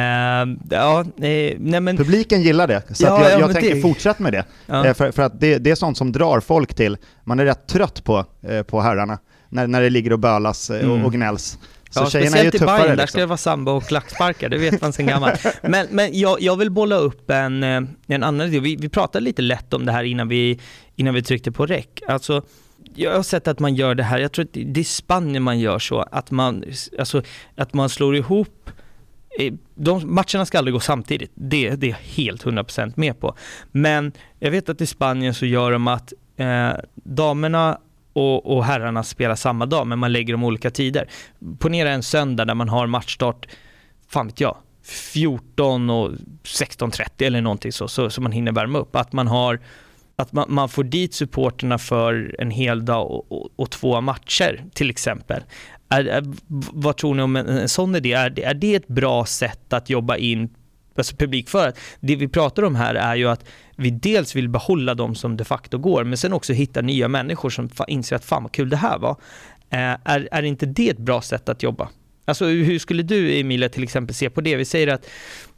Nej, men... Publiken gillar det. Så att jag tänker fortsätta med det. Ja. För att det är sånt som drar folk till. Man är rätt trött på herrarna. När det ligger och bölas och gnälls. Så tjejerna är ju tuffare. Bayern, där ska det vara samba och klacksparkar, det vet man sen gammalt. Men jag vill bolla upp en annan idé. Vi pratade lite lätt om det här innan vi tryckte på räck. Alltså, jag har sett att man gör det här, jag tror att det är i Spanien man gör så, att man slår ihop, matcherna ska aldrig gå samtidigt, det är jag helt 100% med på. Men jag vet att i Spanien så gör de att damerna och herrarna spelar samma dag, men man lägger dem olika tider. Ponera en söndag där man har matchstart, fan vet jag, 14 och 16:30 eller någonting så man hinner värma upp. Att man får dit supporterna för en hel dag och 2 matcher till exempel. Vad tror ni om en sån idé? Är det ett bra sätt att jobba in publik för? Det vi pratar om här är ju att vi dels vill behålla dem som de facto går, men sen också hitta nya människor som inser att fan vad kul det här var. Är inte det ett bra sätt att jobba? Alltså hur skulle du, Emilia, till exempel se på det? Vi säger att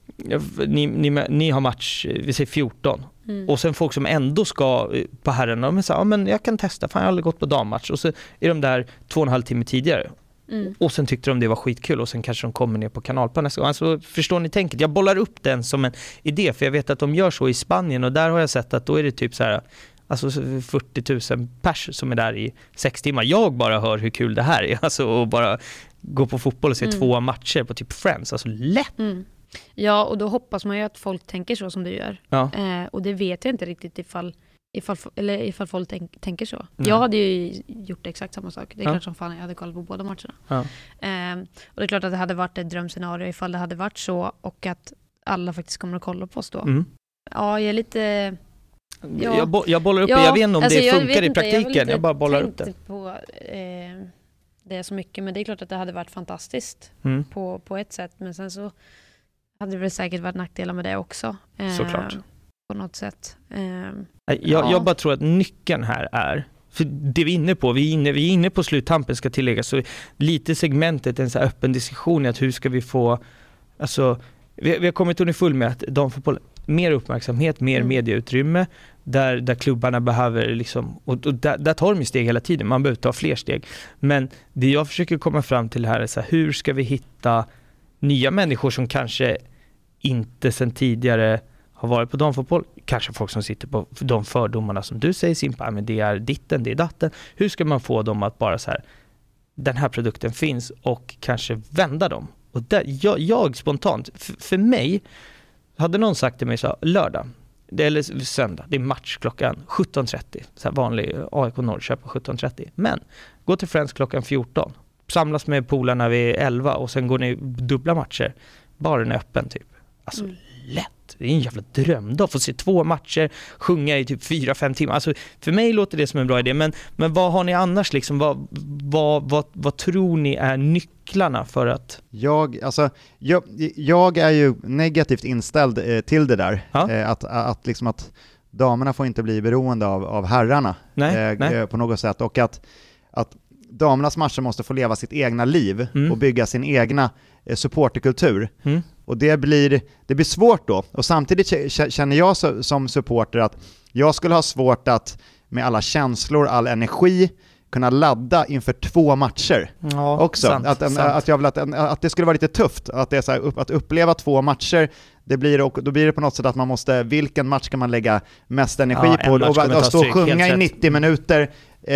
ni har match, vi säger 14. Och sen folk som ändå ska på herrarna, men så, men jag kan testa, fan jag har aldrig gått på dammatch. Och så är de där 2,5 timmar tidigare. Och sen tyckte de det var skitkul och sen kanske de kommer ner på Kanalplan nästa gång. Alltså, förstår ni tänket? Jag bollar upp den som en idé, för jag vet att de gör så i Spanien och där har jag sett att då är det typ så här, alltså 40 000 pers som är där i 6 timmar. Jag bara hör hur kul det här är, alltså, och bara gå på fotboll och se 2 matcher på typ Friends, alltså lätt. Ja, och då hoppas man ju att folk tänker så som du gör. Ja. Och det vet jag inte riktigt ifall folk tänker så. Jag hade ju gjort exakt samma sak. Det är klart som fan jag hade kollat på båda matcherna. Ja. Och det är klart att det hade varit ett drömscenario ifall det hade varit så och att alla faktiskt kommer att kolla på oss då. Ja, jag är lite... Ja. Jag bollar upp det. Jag vet inte om det funkar i praktiken. Jag bara bollar upp det. På, det är så mycket, men det är klart att det hade varit fantastiskt på ett sätt. Men sen så hade det väl säkert varit nackdelar med det också. Såklart. På något sätt. Jag bara tror att nyckeln här är, för det vi är inne på, vi är inne på sluttampen ska tilläggas, så lite segmentet, en så här öppen diskussion i att hur ska vi få, alltså vi har kommit underfull med att damfotboll, mer uppmärksamhet, mer medieutrymme, där klubbarna behöver liksom, och där tar de ju steg hela tiden, man behöver ta fler steg. Men det jag försöker komma fram till här är så här, hur ska vi hitta nya människor som kanske inte sedan tidigare har varit på damfotboll, kanske folk som sitter på de fördomarna som du säger, Simpa, men det är ditten, det är datten. Hur ska man få dem att bara så här, den här produkten finns, och kanske vända dem? Och där, jag spontant, för mig, hade någon sagt till mig så lördag, eller söndag, det är match klockan 17:30, så här vanlig AIK Norrköping 17:30, men gå till Friends klockan 14, samlas med polarna vid 11 och sen går ni dubbla matcher, baren är öppen typ. Alltså lätt. allt. Det är en jävla dröm då, få se 2 matcher, sjunga i typ 4-5 timmar. Alltså, för mig låter det som en bra idé, men vad har ni annars liksom? Vad tror ni är nycklarna för att... Jag är ju negativt inställd till det där. Att damerna får inte bli beroende av herrarna på något sätt, och att damernas matcher måste få leva sitt egna liv och bygga sin egna supporterkultur. Och det blir svårt då. Och samtidigt känner jag som supporter att jag skulle ha svårt att med alla känslor, all energi kunna ladda inför 2 matcher också. Sant. Att det skulle vara lite tufft att det är så här, att uppleva 2 matcher. Då blir det på något sätt att man måste, vilken match ska man lägga mest energi på, och stå och sjunga i 90 minuter.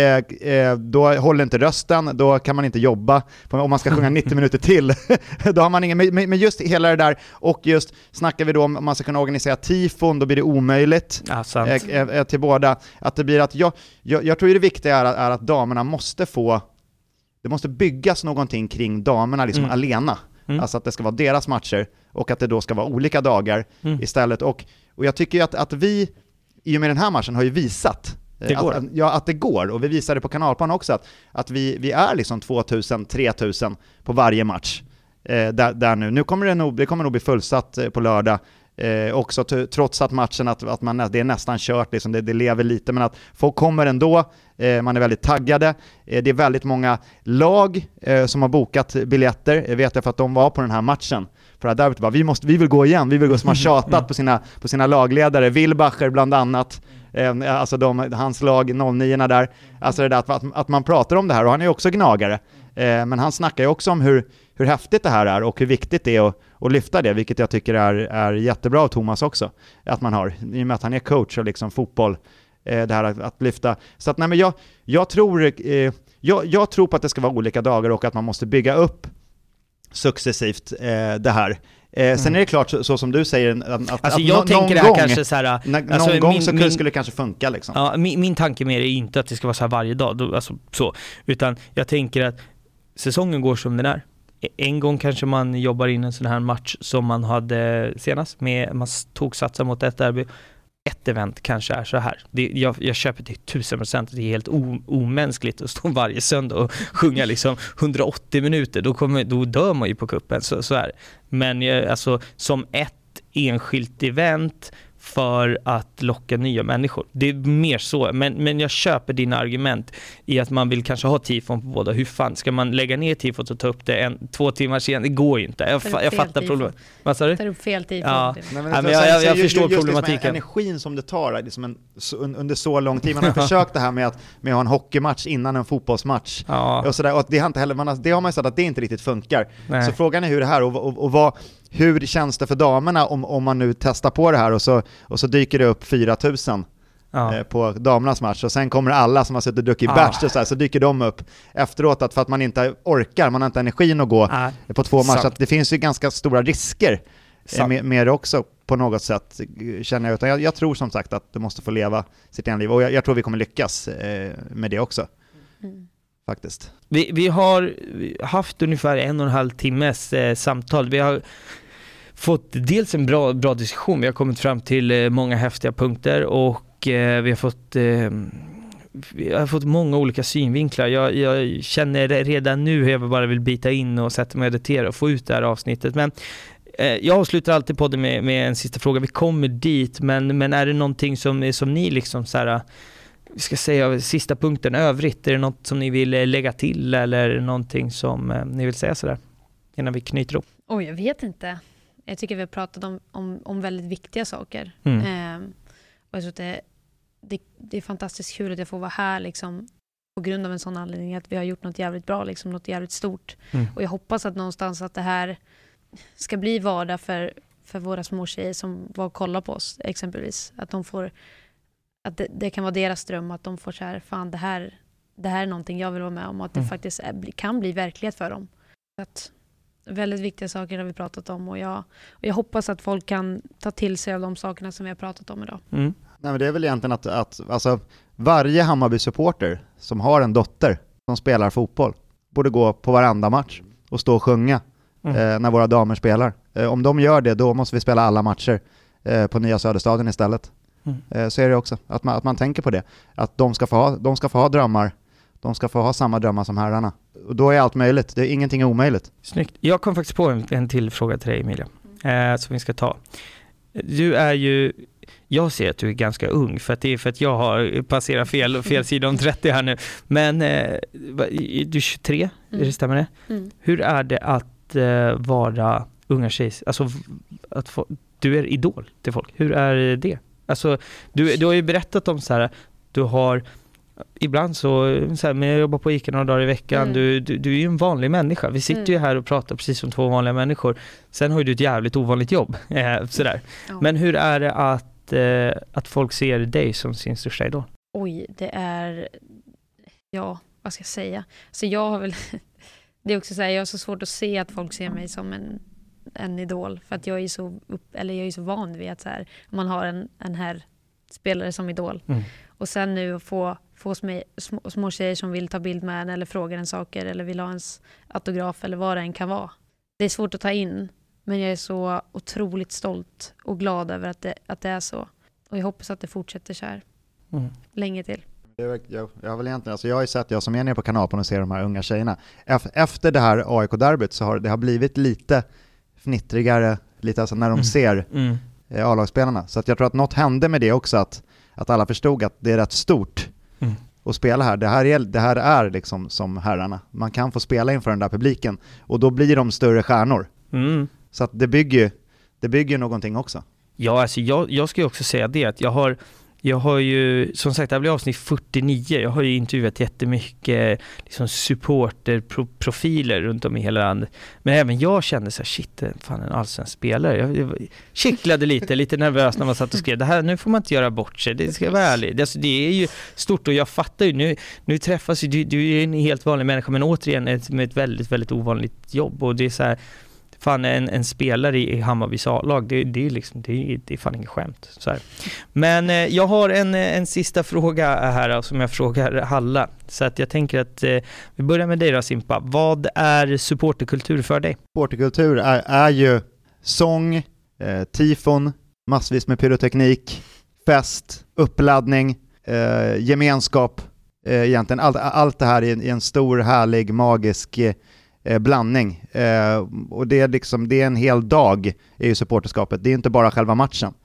Då håller inte rösten, då kan man inte jobba. Om man ska sjunga 90 minuter till, då har man ingen. Men just hela det där, och just snackar vi då om man ska kunna organisera tifon, då blir det omöjligt till båda. Att det blir att jag tror det viktiga är att damerna måste få, det måste byggas någonting kring damerna liksom alena. Alltså att det ska vara deras matcher, och att det då ska vara olika dagar istället. Och jag tycker ju att vi i och med den här matchen har ju visat att det går, och vi visade på Kanalplan också att vi är liksom 2000-3000 på varje match där nu. Nu kommer det kommer nog bli fullsatt på lördag också, trots att matchen det är nästan kört liksom, det lever lite, men att folk kommer ändå, man är väldigt taggade. Det är väldigt många lag som har bokat biljetter, vet jag, för att de var på den här matchen. För att där vi vill gå igen, vi vill gå, som har tjatat på sina lagledare, Wilbacher bland annat. Alltså hans lag 09-orna där, alltså det där att man pratar om det här, och han är ju också gnagare, men han snackar ju också om hur häftigt det här är och hur viktigt det är att lyfta det, vilket jag tycker är jättebra av Thomas också, att man har, i och med att han är coach och liksom fotboll, det här att lyfta. Så att nej, men jag tror på att det ska vara olika dagar, och att man måste bygga upp successivt det här. Sen är det klart, så som du säger, att jag tänker det här kanske så här, någon gång skulle det kanske funka liksom. Ja, min tanke med det är inte att det ska vara så här varje dag, alltså så, utan jag tänker att säsongen går som den är. En gång kanske man jobbar in en sån här match som man hade senast, man tog satsa mot ett derby. Ett event kanske är så här. Jag köper till 1000%. Det är helt omänskligt att stå varje söndag och sjunga liksom 180 minuter. Då dör man ju på kuppen. Så är det. Men alltså, som ett enskilt event för att locka nya människor. Det är mer så. Men jag köper dina argument i att man vill kanske ha tifon på båda. Hur fan ska man lägga ner tifon och ta upp det 2 timmar sen? Det går ju inte. Jag fattar problemet. Vad sa du? Tar upp fel tifon. Ja. Jag förstår problematiken. Liksom energin som det tar liksom under så lång tid. Man har försökt det här med att ha en hockeymatch innan en fotbollsmatch. Ja. Och sådär, och det har inte heller, det har man ju sagt att det inte riktigt funkar. Nej. Så frågan är hur det här och hur känns det för damerna om man nu testar på det här och så dyker det upp 4000 på damernas match, och sen kommer alla som har suttit och druckit bärs så dyker de upp efteråt, för att man inte orkar, man har inte energin att gå på 2 matcher. Så att det finns ju ganska stora risker med det också på något sätt, känner jag. Utan jag tror som sagt att du måste få leva sitt egna liv, och jag tror vi kommer lyckas med det också. Faktiskt. Vi har haft ungefär 1,5 timmes samtal. Vi har fått dels en bra diskussion. Vi har kommit fram till många häftiga punkter, och vi har fått många olika synvinklar. Jag känner redan nu hur jag bara vill bita in och sätta mig och editera och få ut det här avsnittet. Men jag avslutar alltid podden med en sista fråga. Vi kommer dit, men är det någonting som ni liksom så här, vi ska säga sista punkten övrigt, är det något som ni vill lägga till, eller är det någonting som ni vill säga sådär innan vi knyter upp? Jag vet inte. Jag tycker vi har pratat om väldigt viktiga saker. Och jag tror att det är fantastiskt kul att jag får vara här liksom, på grund av en sån anledning att vi har gjort något jävligt bra, liksom, något jävligt stort. Och jag hoppas att någonstans att det här ska bli vardag för våra små tjejer som var och kollar på oss exempelvis. Att de får, att det kan vara deras dröm, att de får så här, fan det här är någonting jag vill vara med om, och att det faktiskt kan bli verklighet för dem. Så att, väldigt viktiga saker har vi pratat om, och jag hoppas att folk kan ta till sig av de sakerna som vi har pratat om idag. Nej, men det är väl egentligen att alltså, varje Hammarby-supporter som har en dotter som spelar fotboll borde gå på varenda match och stå och sjunga när våra damer spelar. Om de gör det, då måste vi spela alla matcher på nya Söderstaden istället. Så är det också. Att man tänker på det. Att de ska få ha drömmar. De ska få ha samma drömmar som herrarna. Och då är allt möjligt. Ingenting är omöjligt. Snyggt. Jag kom faktiskt på en till fråga till dig, Emilia. Som vi ska ta. Du är ju... Jag ser att du är ganska ung för att jag har passerat fel sida om 30 här nu. Men du är 23, det stämmer det? Hur är det att vara unga tjej? Alltså du är idol till folk. Hur är det? Alltså du har ju berättat om så här, du har ibland så här, men jag jobbar på ICA några dagar i veckan. Du är ju en vanlig människa. Vi sitter ju här och pratar precis som två vanliga människor. Sen har ju du ett jävligt ovanligt jobb. Sådär. Ja. Men hur är det att folk ser dig som sin största idol? Oj, det är... Ja, vad ska jag säga? Så jag har väl... Det är också så här, jag har så svårt att se att folk ser mig som en idol. För att jag är så van vid att så här, man har en här spelare som idol. Och sen nu få små tjejer som vill ta bild med en eller frågar en saker eller vill ha ens autograf eller vad det än kan vara. Det är svårt att ta in, men jag är så otroligt stolt och glad över att det är så. Och jag hoppas att det fortsätter så här länge till. Jag vill egentligen, alltså jag har ju sett, jag som är nere på kanalen och ser de här unga tjejerna. Efter det här AIK-derbyt så har det har blivit lite fnittrigare, lite alltså när de ser A-lagsspelarna. Så att jag tror att något hände med det också, att alla förstod att det är rätt stort att spela här. Det här är liksom som herrarna. Man kan få spela inför den där publiken och då blir de större stjärnor. Så att det bygger någonting också. Ja, alltså jag ska ju också säga det att jag har ju, som sagt, det blir avsnitt 49. Jag har ju intervjuat jättemycket liksom supporterprofiler runt om i hela landet. Men även jag kände så här, shit, fan en allsvensk spelare. Jag kittlade lite nervös när man satt och skrev. Det här, nu får man inte göra bort sig, det ska vara ärligt. Alltså, det är ju stort och jag fattar ju, nu träffas ju, du är en helt vanlig människa, men återigen med ett väldigt, väldigt ovanligt jobb. Och det är så här, fan en spelare i Hammarbys A-lag, det är fan inget skämt. Så här. Men jag har en sista fråga här som jag frågar Halla. Så att jag tänker att vi börjar med dig då, Simpa. Vad är supporterkultur för dig? Supporterkultur är ju sång, tifon, massvis med pyroteknik, fest, uppladdning, gemenskap. Egentligen allt det här i en stor, härlig, magisk blandning. Och det är en hel dag i supporterskapet. Det är inte bara själva matchen.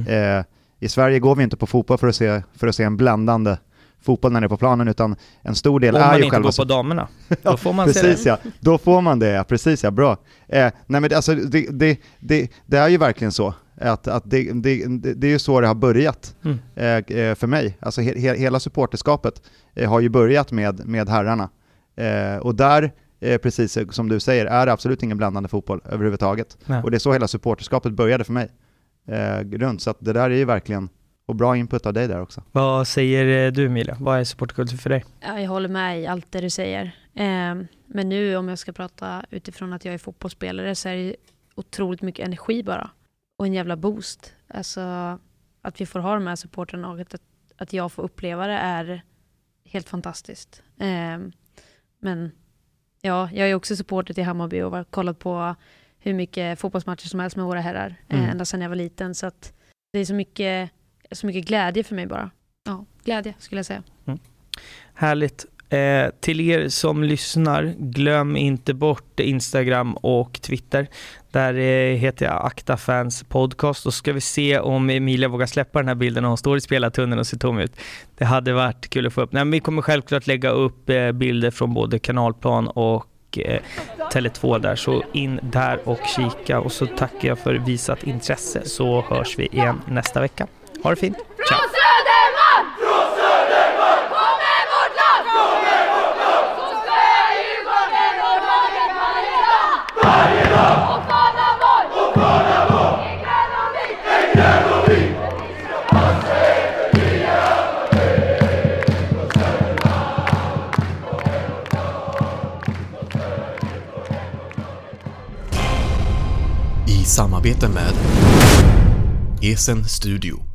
I Sverige går vi inte på fotboll för att se en bländande fotboll när det är på planen, utan en stor del är ju själva... Om man inte går på damerna, då får man precis, se det. Ja. Då får man det, ja. Precis, ja, bra. Nej, men alltså, det är ju verkligen så att det är ju så det har börjat för mig. Alltså hela supporterskapet har ju börjat med herrarna. Och där precis som du säger, är det absolut ingen blandande fotboll överhuvudtaget. Nej. Och det är så hela supporterskapet började för mig. Runt. Så att det där är ju verkligen, och bra input av dig där också. Vad säger du, Emilia? Vad är supporterkultur för dig? Ja, jag håller med i allt det du säger. Men nu om jag ska prata utifrån att jag är fotbollsspelare så är det otroligt mycket energi bara. Och en jävla boost. Alltså att vi får ha de här supporterna och att jag får uppleva det är helt fantastiskt. Men ja, jag är också supporter till Hammarby och har kollat på hur mycket fotbollsmatcher som helst med våra herrar ända sedan jag var liten. Så att det är så mycket glädje för mig bara. Ja, glädje skulle jag säga. Härligt. Till er som lyssnar, glöm inte bort Instagram och Twitter. Där heter jag Akta Fans Podcast. Och ska vi se om Emilia vågar släppa den här bilden när hon står i spelartunneln och ser tom ut. Det hade varit kul att få upp. Nej, men vi kommer självklart lägga upp bilder från både Kanalplan och Tele2 där. Så in där och kika. Och så tackar jag för visat intresse. Så hörs vi igen nästa vecka. Ha det fint. Ciao! I samarbete med Esen Studio.